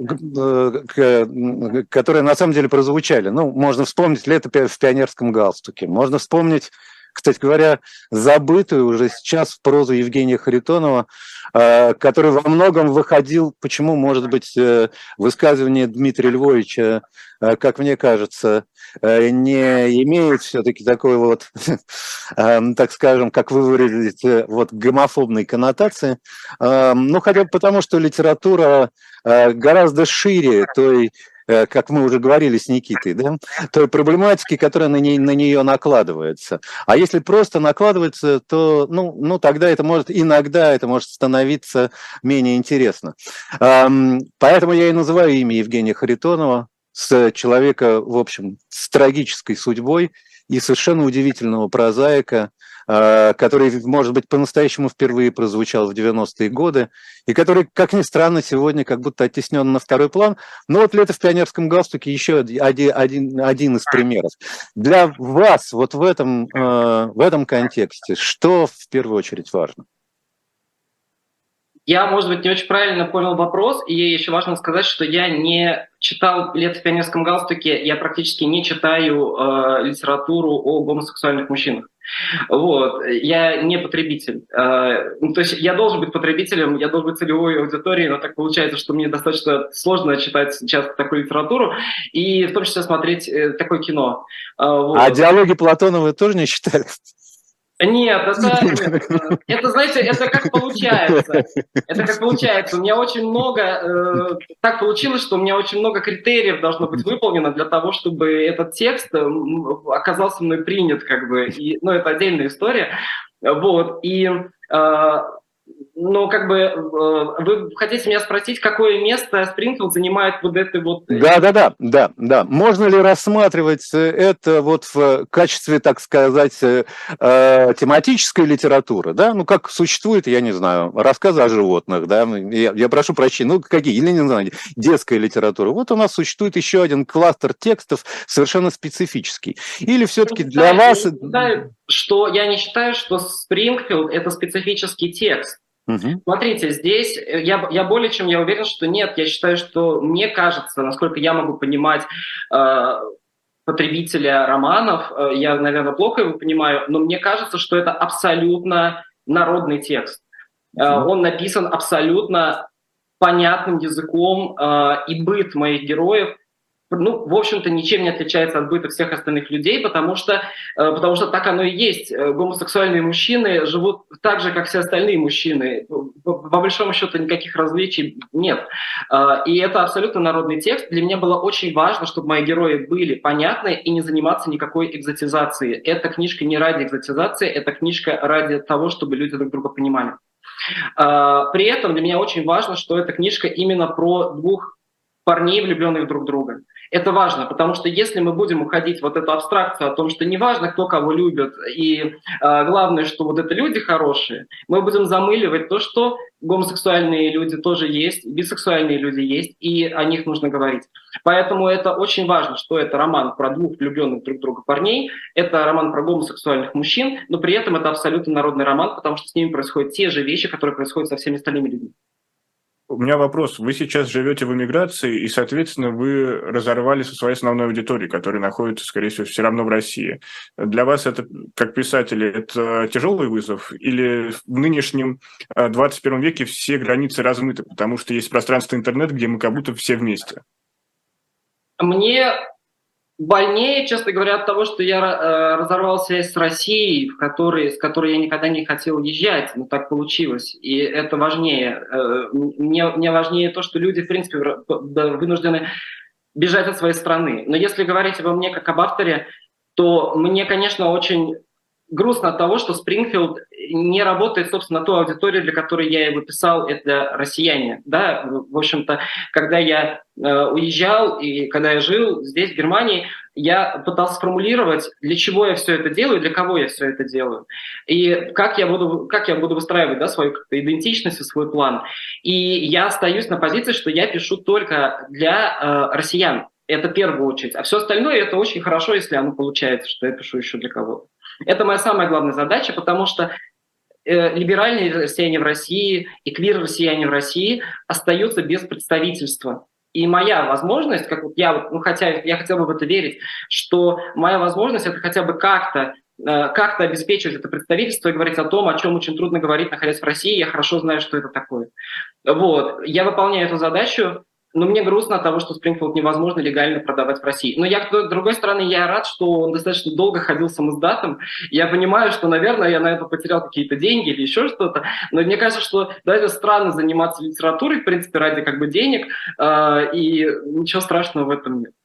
которые на самом деле прозвучали, ну, можно вспомнить «Лето в пионерском галстуке», можно вспомнить, кстати говоря, забытую уже сейчас в прозу Евгения Харитонова, который во многом выходил, почему, может быть, высказывание Дмитрия Львовича, как мне кажется, не имеет все-таки такой вот, так скажем, как вы выразились, вот гомофобной коннотации, ну, хотя бы потому, что литература гораздо шире той, как мы уже говорили с Никитой, да, той проблематики, которая на, ней, на нее накладывается. А если просто накладывается, то ну, ну, тогда это может, иногда это может становиться менее интересно. Поэтому я и называю имя Евгения Харитонова, с человека, в общем, с трагической судьбой и совершенно удивительного прозаика, который, может быть, по-настоящему впервые прозвучал в девяностые годы, и который, как ни странно, сегодня как будто оттеснен на второй план. Но вот «Лето в пионерском галстуке» еще один, один, один из примеров. Для вас вот в этом, в этом контексте что в первую очередь важно? Я, может быть, не очень правильно понял вопрос, и еще важно сказать, что я не читал «Лето в пионерском галстуке», я практически не читаю э, литературу о гомосексуальных мужчинах. Вот. Я не потребитель. Э, ну, то есть я должен быть потребителем, я должен быть целевой аудиторией, но так получается, что мне достаточно сложно читать сейчас такую литературу, и в том числе смотреть э, такое кино. Э, вот. А диалоги Платона вы тоже не читали? Нет, это, это, знаете, это как получается. Это как получается. У меня очень много, э, так получилось, что у меня очень много критериев должно быть выполнено для того, чтобы этот текст оказался мной принят, как бы. И, ну, это отдельная история. Вот. И э, но как бы э, вы хотите меня спросить, какое место Спрингфилд занимает вот этой вот... Да, да, да, да, да. Можно ли рассматривать это вот в качестве, так сказать, э, тематической литературы, да? Ну, как существует, я не знаю, рассказы о животных, да? Я, я прошу прощения, ну, какие? Или, не знаю, детская литература. Вот у нас существует еще один кластер текстов совершенно специфический. Или все-таки для вас... Я не считаю, что, я не считаю, что Спрингфилд – это специфический текст. Угу. Смотрите, здесь я, я более чем я уверен, что нет. Я считаю, что мне кажется, насколько я могу понимать э, потребителя романов, э, я, наверное, плохо его понимаю, но мне кажется, что это абсолютно народный текст. Э, он написан абсолютно понятным языком, э, и быт моих героев ну, в общем-то, ничем не отличается от быта всех остальных людей, потому что, потому что так оно и есть. Гомосексуальные мужчины живут так же, как все остальные мужчины. По большому счету никаких различий нет. И это абсолютно народный текст. Для меня было очень важно, чтобы мои герои были понятны и не заниматься никакой экзотизацией. Эта книжка не ради экзотизации, это книжка ради того, чтобы люди друг друга понимали. При этом для меня очень важно, что эта книжка именно про двух парней, влюбленных друг в друга. Это важно, потому что если мы будем уходить в вот эту абстракцию о том, что неважно, кто кого любит, и э, главное, что вот это люди хорошие, мы будем замыливать то, что гомосексуальные люди тоже есть, бисексуальные люди есть, и о них нужно говорить. Поэтому это очень важно, что это роман про двух влюбленных друг в друга парней, это роман про гомосексуальных мужчин, но при этом это абсолютно народный роман, потому что с ними происходят те же вещи, которые происходят со всеми остальными людьми. У меня вопрос. Вы сейчас живете в эмиграции, и, соответственно, вы разорвали со своей основной аудиторией, которая находится, скорее всего, все равно в России. Для вас это, как писатели, это тяжелый вызов? Или в нынешнем двадцать первом веке все границы размыты, потому что есть пространство интернет, где мы как будто все вместе? Мне больнее, честно говоря, от того, что я э, разорвал связь с Россией, в которой, с которой я никогда не хотел уезжать, но так получилось. И это важнее. Э, мне, мне важнее то, что люди, в принципе, вынуждены бежать от своей страны. Но если говорить обо мне как об авторе, то мне, конечно, очень грустно от того, что Спрингфилд не работает, собственно, на ту аудиторию, для которой я его писал, это россияне. Да? В общем-то, когда я э, уезжал и когда я жил здесь, в Германии, я пытался сформулировать, для чего я все это делаю, для кого я все это делаю. И как я буду, как я буду выстраивать, да, свою идентичность и свой план. И я остаюсь на позиции, что я пишу только для э, россиян. Это в первую очередь. А все остальное, это очень хорошо, если оно получается, что я пишу еще для кого-то. Это моя самая главная задача, потому что э, либеральные россияне в России и квир-россияне в России остаются без представительства. И моя возможность, как вот я, ну хотя я хотел бы в это верить, что моя возможность это хотя бы как-то э, как-то обеспечивать это представительство и говорить о том, о чем очень трудно говорить, находясь в России. Я хорошо знаю, что это такое. Вот. Я выполняю эту задачу. Но мне грустно от того, что Спрингфилд невозможно легально продавать в России. Но я, с другой стороны, я рад, что он достаточно долго ходил самоиздатом. Я понимаю, что, наверное, я на это потерял какие-то деньги или еще что-то. Но мне кажется, что даже странно заниматься литературой, в принципе, ради как бы денег. Э, и ничего страшного в этом нет.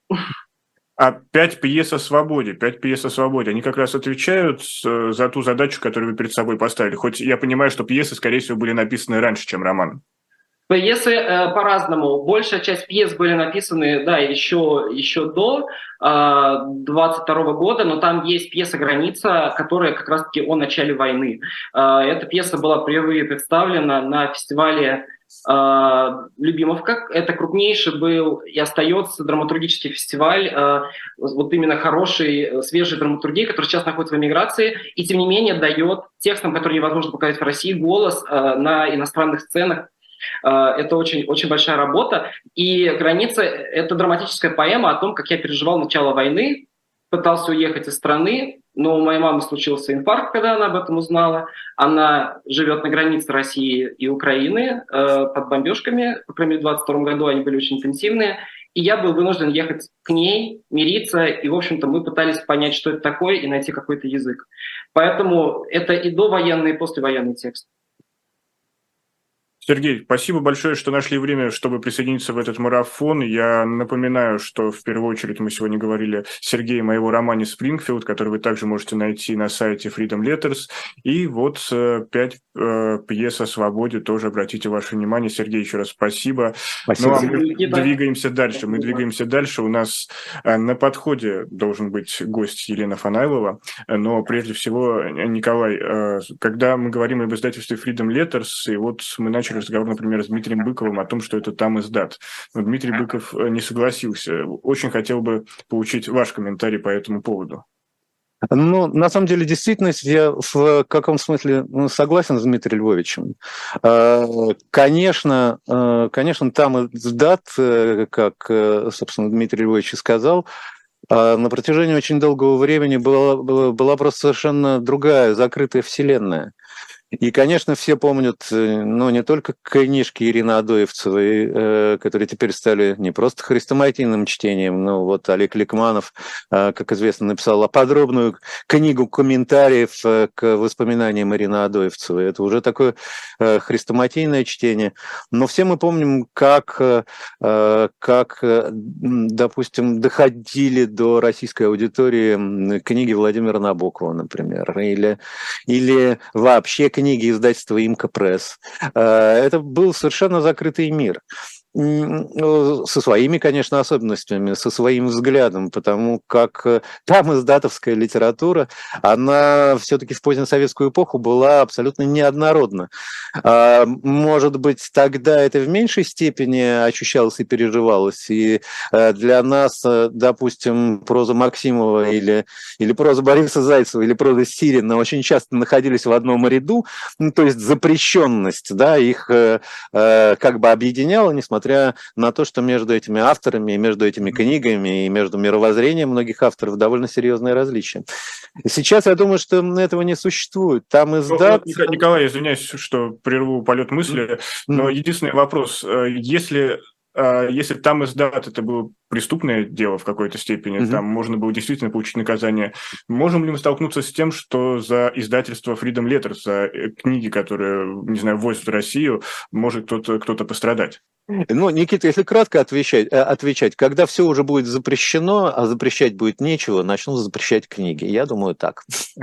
А пять пьес о свободе, пять пьес о свободе, они как раз отвечают за ту задачу, которую вы перед собой поставили? Хоть я понимаю, что пьесы, скорее всего, были написаны раньше, чем роман. Пьесы э, по-разному. Большая часть пьес были написаны, да, еще, еще до э, двадцать второго года, но там есть пьеса «Граница», которая как раз-таки о начале войны. Э, эта пьеса была впервые представлена на фестивале э, «Любимовка». Это крупнейший был и остается драматургический фестиваль, э, вот именно хорошей, свежей драматургии, который сейчас находится в эмиграции, и тем не менее дает текстам, которые невозможно показать в России, голос э, на иностранных сценах. Это очень, очень большая работа. И «Граница» — это драматическая поэма о том, как я переживал начало войны, пытался уехать из страны, но у моей мамы случился инфаркт, когда она об этом узнала. Она живет на границе России и Украины э, под бомбежками. По крайней мере, в двадцать втором году они были очень интенсивные. И я был вынужден ехать к ней, мириться. И, в общем-то, мы пытались понять, что это такое, и найти какой-то язык. Поэтому это и довоенный, и послевоенный текст. Сергей, спасибо большое, что нашли время, чтобы присоединиться в этот марафон. Я напоминаю, что в первую очередь мы сегодня говорили с Сергеем о его романе «Спрингфилд», который вы также можете найти на сайте Freedom Letters. И вот пять э, пьес о свободе, тоже обратите ваше внимание. Сергей, еще раз спасибо. спасибо. Ну а мы двигаемся дальше. Мы двигаемся дальше. У нас на подходе должен быть гость Елена Фанайлова. Но прежде всего, Николай, когда мы говорим об издательстве Freedom Letters, и вот мы начали разговор, например, с Дмитрием Быковым о том, что это там издат. Но Дмитрий Быков не согласился. Очень хотел бы получить ваш комментарий по этому поводу. Ну, на самом деле, действительность, я в каком смысле согласен с Дмитрием Львовичем. Конечно, конечно, там издат, как, собственно, Дмитрий Львович и сказал, на протяжении очень долгого времени была, была, была просто совершенно другая, закрытая вселенная. И, конечно, все помнят, ну, не только книжки Ирины Адоевцевой, э, которые теперь стали не просто хрестоматийным чтением, но вот Олег Ликманов, э, как известно, написал подробную книгу комментариев э, к воспоминаниям Ирины Адоевцевой. Это уже такое э, хрестоматийное чтение. Но все мы помним, как, э, как, допустим, доходили до российской аудитории книги Владимира Набокова, например, или, или вообще книги издательства «Имка Пресс». Это был совершенно закрытый мир. Со своими, конечно, особенностями, со своим взглядом, потому как там издатовская литература, она все-таки в позднесоветскую эпоху была абсолютно неоднородна. Может быть, тогда это в меньшей степени ощущалось и переживалось, и для нас, допустим, проза Максимова или, или проза Бориса Зайцева, или проза Сирина очень часто находились в одном ряду, ну, то есть запрещенность, да, их как бы объединяла, несмотря на то, что между этими авторами, между этими книгами и между мировоззрением многих авторов довольно серьезные различия. Сейчас я думаю, что этого не существует. Там издат... Ну, Николай, извиняюсь, что прерву полет мысли, но единственный вопрос. Если, если там издат, это было преступное дело в какой-то степени, mm-hmm. там можно было действительно получить наказание, можем ли мы столкнуться с тем, что за издательство Freedom Letters, за книги, которые, не знаю, ввозят в Россию, может кто-то, кто-то пострадать? Ну, Никита, если кратко отвечать, отвечать, когда все уже будет запрещено, а запрещать будет нечего, начнут запрещать книги. Я думаю, так.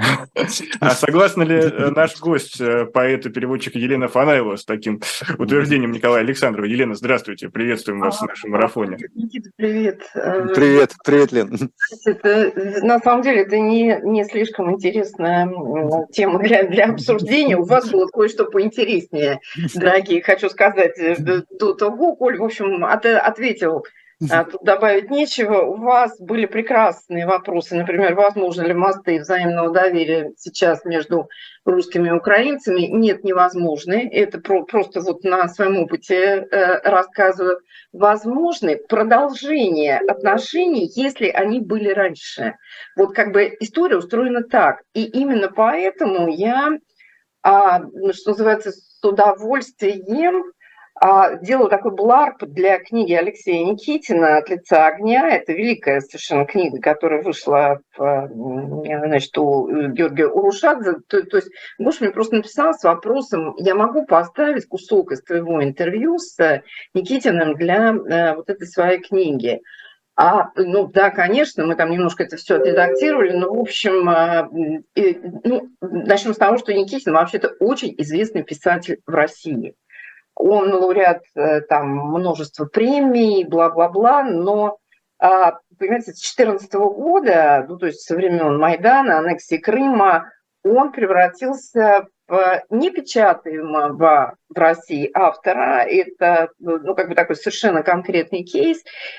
А согласна ли наш гость, поэт и переводчик Елена Фанаева, с таким утверждением Николая Александрова? Елена, здравствуйте, приветствуем вас в нашем марафоне. Никита, привет. Привет, привет, Лен. Это, на самом деле, это не, не слишком интересная тема для, для обсуждения. У вас было кое-что поинтереснее, дорогие, хочу сказать, до того. Коль, в общем, от, ответил, тут добавить нечего. У вас были прекрасные вопросы, например, возможно ли мосты взаимного доверия сейчас между русскими и украинцами? Нет, невозможны. Это про, просто вот на своем опыте э, рассказываю. Возможны продолжение отношений, если они были раньше. Вот как бы история устроена так. И именно поэтому я, а, что называется, с удовольствием делала такой бларп для книги Алексея Никитина «От лица огня». Это великая совершенно книга, которая вышла в, значит, у Георгия Урушадзе. То, то есть Гоша мне просто написал с вопросом, я могу поставить кусок из твоего интервью с Никитиным для вот этой своей книги. А, ну да, конечно, мы там немножко это все отредактировали, но, в общем, и, ну, начнем с того, что Никитин вообще-то очень известный писатель в России. Он лауреат там множества премий, бла-бла-бла, но, понимаете, с две тысячи четырнадцатого года, ну, то есть со времен Майдана, аннексии Крыма, он превратился в непечатаемого в России автора. Это, ну, как бы такой совершенно конкретный кейс.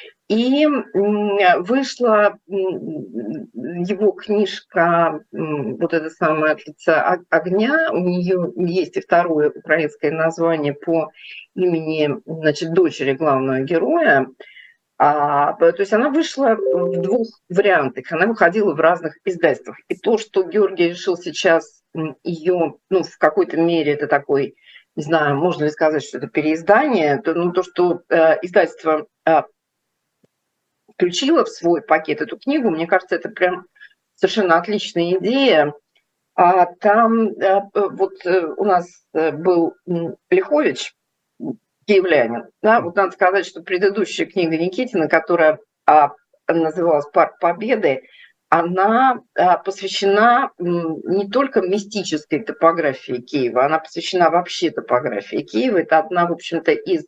И вышла его книжка, вот эта самая «От лица огня», у нее есть и второе украинское название по имени, значит, дочери главного героя. А, то есть она вышла в двух вариантах, она выходила в разных издательствах. И то, что Георгий решил сейчас ее, ну, в какой-то мере это такой, не знаю, можно ли сказать, что это переиздание, то, ну, то что э, издательство э, включила в свой пакет эту книгу, мне кажется, это прям совершенно отличная идея. А там вот у нас был Лихович, киевлянин. Да? Вот надо сказать, что предыдущая книга Никитина, которая называлась «Парк Победы», она посвящена не только мистической топографии Киева, она посвящена вообще топографии Киева. Это одна, в общем-то, из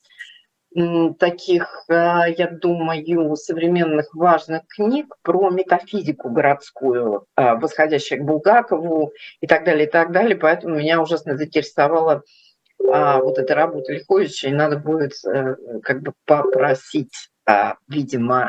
таких, я думаю, современных важных книг про метафизику городскую, восходящая к Булгакову и так далее, и так далее. Поэтому меня ужасно заинтересовала вот эта работа Лиховича, и надо будет как бы попросить, видимо,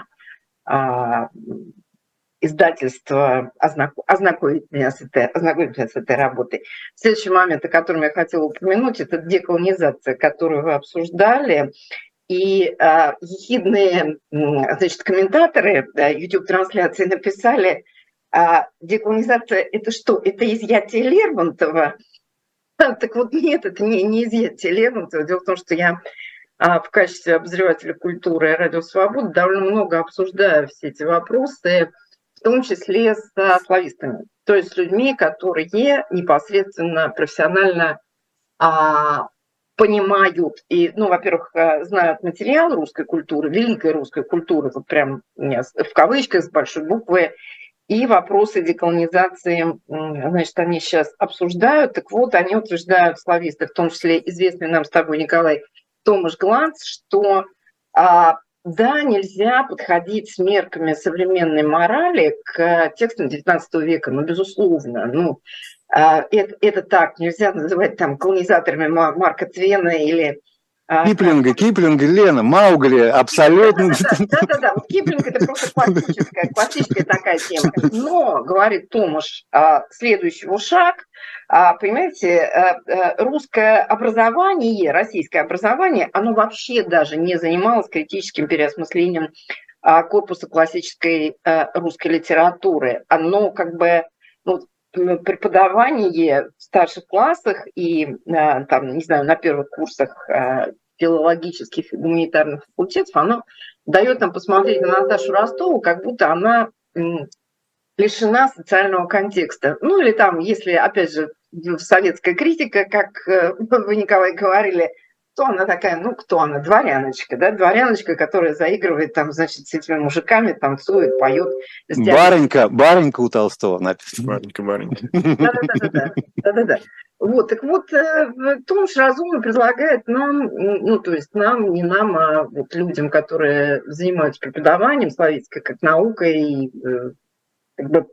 издательство ознакомить меня с этой, ознакомить меня с этой работой. Следующий момент, о котором я хотела упомянуть, это деколонизация, которую вы обсуждали. И а, ехидные, значит, комментаторы да, YouTube-трансляции написали, а, деколонизация – это что? Это изъятие Лермонтова? Так вот, нет, это не, не изъятие Лермонтова. Дело в том, что я а, в качестве обозревателя культуры «Радио Свобода» довольно много обсуждаю все эти вопросы, в том числе с славистами, то есть с людьми, которые непосредственно профессионально а, понимают и, ну, во-первых, знают материал русской культуры, великой русской культуры, вот прям в кавычках, с большой буквы, и вопросы деколонизации, значит, они сейчас обсуждают. Так вот, они утверждают, слависты, в том числе известный нам с тобой Николай Томаш Гланц, что а, да, нельзя подходить с мерками современной морали к текстам девятнадцатого века, ну, безусловно. Ну, а, это, это так, нельзя называть там колонизаторами Марка Твена или... Киплинга, Киплинга, Лена, Маугли, абсолютно. Да-да-да, вот Киплинг – это просто классическая, классическая такая тема. Но, говорит Томаш, следующий его шаг, понимаете, русское образование, российское образование, оно вообще даже не занималось критическим переосмыслением корпуса классической русской литературы. Оно как бы, ну, преподавание в старших классах и, там, не знаю, на первых курсах филологических и гуманитарных факультетов, оно дает нам посмотреть на Наташу Ростову, как будто она лишена социального контекста. Ну или там, если, опять же, советская критика, как вы, Николай, говорили, то она такая, ну, кто она? Дворяночка, да? Дворяночка, которая заигрывает там, значит, с этими мужиками, танцует, поет. Барынька, барынька у Толстого написано. Барынька, барынька. Да-да-да. Да-да-да. Вот, так вот, Томаш разумно предлагает нам, ну, то есть нам, не нам, а вот людям, которые занимаются преподаванием славянской как наукой, как бы,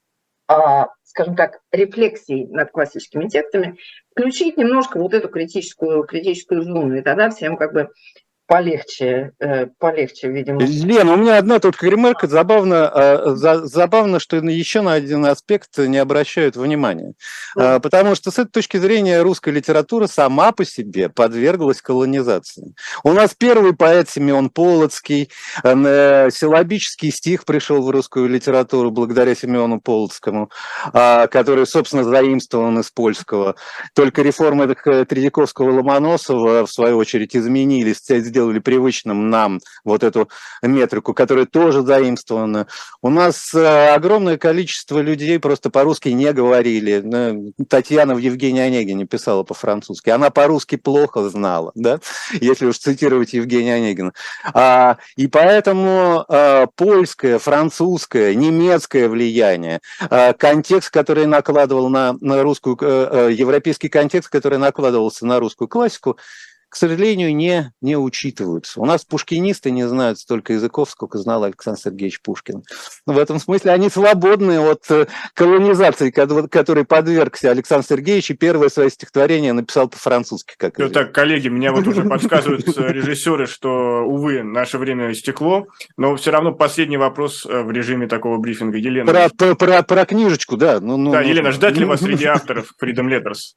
а, скажем так, рефлексией над классическими текстами, включить немножко вот эту критическую, критическую зону, и тогда всем как бы полегче, полегче, видимо. Лена, у меня одна только ремарка. Забавно, забавно, что еще на один аспект не обращают внимания. Mm. Потому что с этой точки зрения русская литература сама по себе подверглась колонизации. У нас первый поэт Симеон Полоцкий, силлабический стих пришел в русскую литературу благодаря Симеону Полоцкому, который, собственно, заимствован из польского. Только реформы Тредяковского-Ломоносова, в свою очередь, изменились, сделали привычным нам вот эту метрику, которая тоже заимствована. У нас огромное количество людей просто по-русски не говорили. Татьяна в Евгении Онегине писала по-французски. Она по-русски плохо знала, да? Если уж цитировать Евгения Онегина. А, и поэтому а, польское, французское, немецкое влияние, а, контекст, который накладывал на, на русскую, а, европейский контекст, который накладывался на русскую классику, к сожалению, не, не учитываются. У нас пушкинисты не знают столько языков, сколько знал Александр Сергеевич Пушкин. В этом смысле они свободны от колонизации, которой подвергся Александр Сергеевич, и первое свое стихотворение написал по-французски. Как ну, так, коллеги, меня вот уже подсказывают режиссеры, что, увы, наше время истекло, но все равно последний вопрос в режиме такого брифинга. Елена. Про, про, про, про книжечку, да. Ну, ну, да, ну, Елена, ждать ли вас среди авторов Freedom Letters?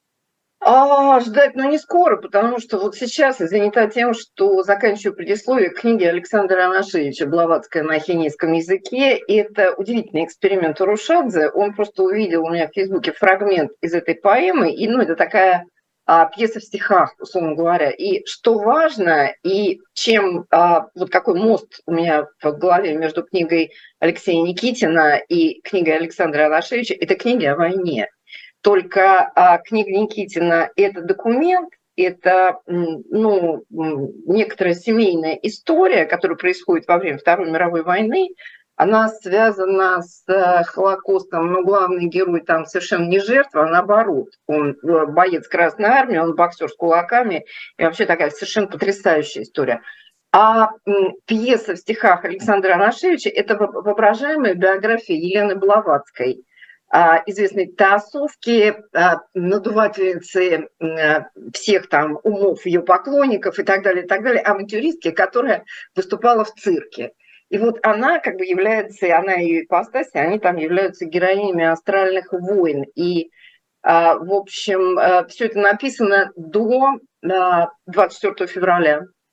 А, ждать, но не скоро, потому что вот сейчас я занята тем, что заканчиваю предисловие к книге Александра Анашевича «Блаватская на ахейнийском языке». И это удивительный эксперимент Урушадзе. Он просто увидел у меня в Фейсбуке фрагмент из этой поэмы, и, ну, это такая а, пьеса в стихах, условно говоря. И что важно, и чем, а, вот какой мост у меня в голове между книгой Алексея Никитина и книгой Александра Анашевича, это книги о войне. Только а, книга Никитина – это документ, это, ну, некоторая семейная история, которая происходит во время Второй мировой войны. Она связана с Холокостом, но главный герой там совершенно не жертва, а наоборот. Он боец Красной Армии, он боксер с кулаками, и вообще такая совершенно потрясающая история. А пьеса в стихах Александра Анашевича – это воображаемая биография Елены Блаватской, известной таосовки, надувательницы всех там умов ее поклонников и так далее, и так далее, авантюристки, которая выступала в цирке. И вот она как бы является, она и ее ипостаси, они там являются героинями астральных войн. И, в общем, все это написано до двадцать четвёртого февраля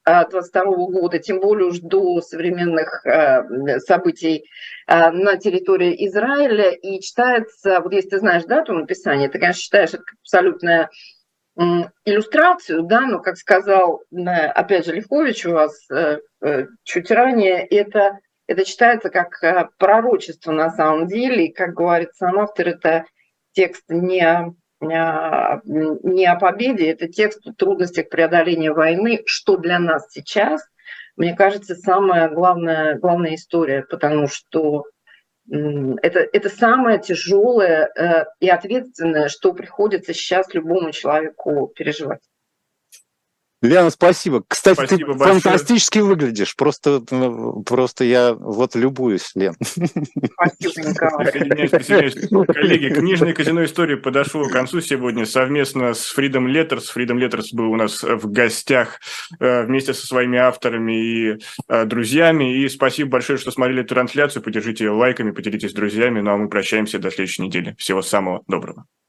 двадцать второго года, тем более уж до современных событий на территории Израиля, и читается, вот если ты знаешь дату написания, ты, конечно, считаешь это абсолютная иллюстрацию, да, но, как сказал, опять же, Левкович у вас чуть ранее, это, это читается как пророчество на самом деле, и, как говорит сам автор, это текст не, не о победе, это текст о трудностях преодоления войны, что для нас сейчас, мне кажется, самая главная, главная история, потому что Это, это самое тяжелое э, и ответственное, что приходится сейчас любому человеку переживать. Лиана, спасибо. Кстати, спасибо ты большое. Фантастически выглядишь. Просто, просто я вот любуюсь, Лен. Спасибо, Николай. Присоединяюсь, присоединяюсь. Коллеги, книжное казино истории подошло к концу сегодня совместно с Freedom Letters. Freedom Letters был у нас в гостях вместе со своими авторами и друзьями. И спасибо большое, что смотрели эту трансляцию. Поддержите ее лайками, поделитесь с друзьями. Ну а мы прощаемся до следующей недели. Всего самого доброго.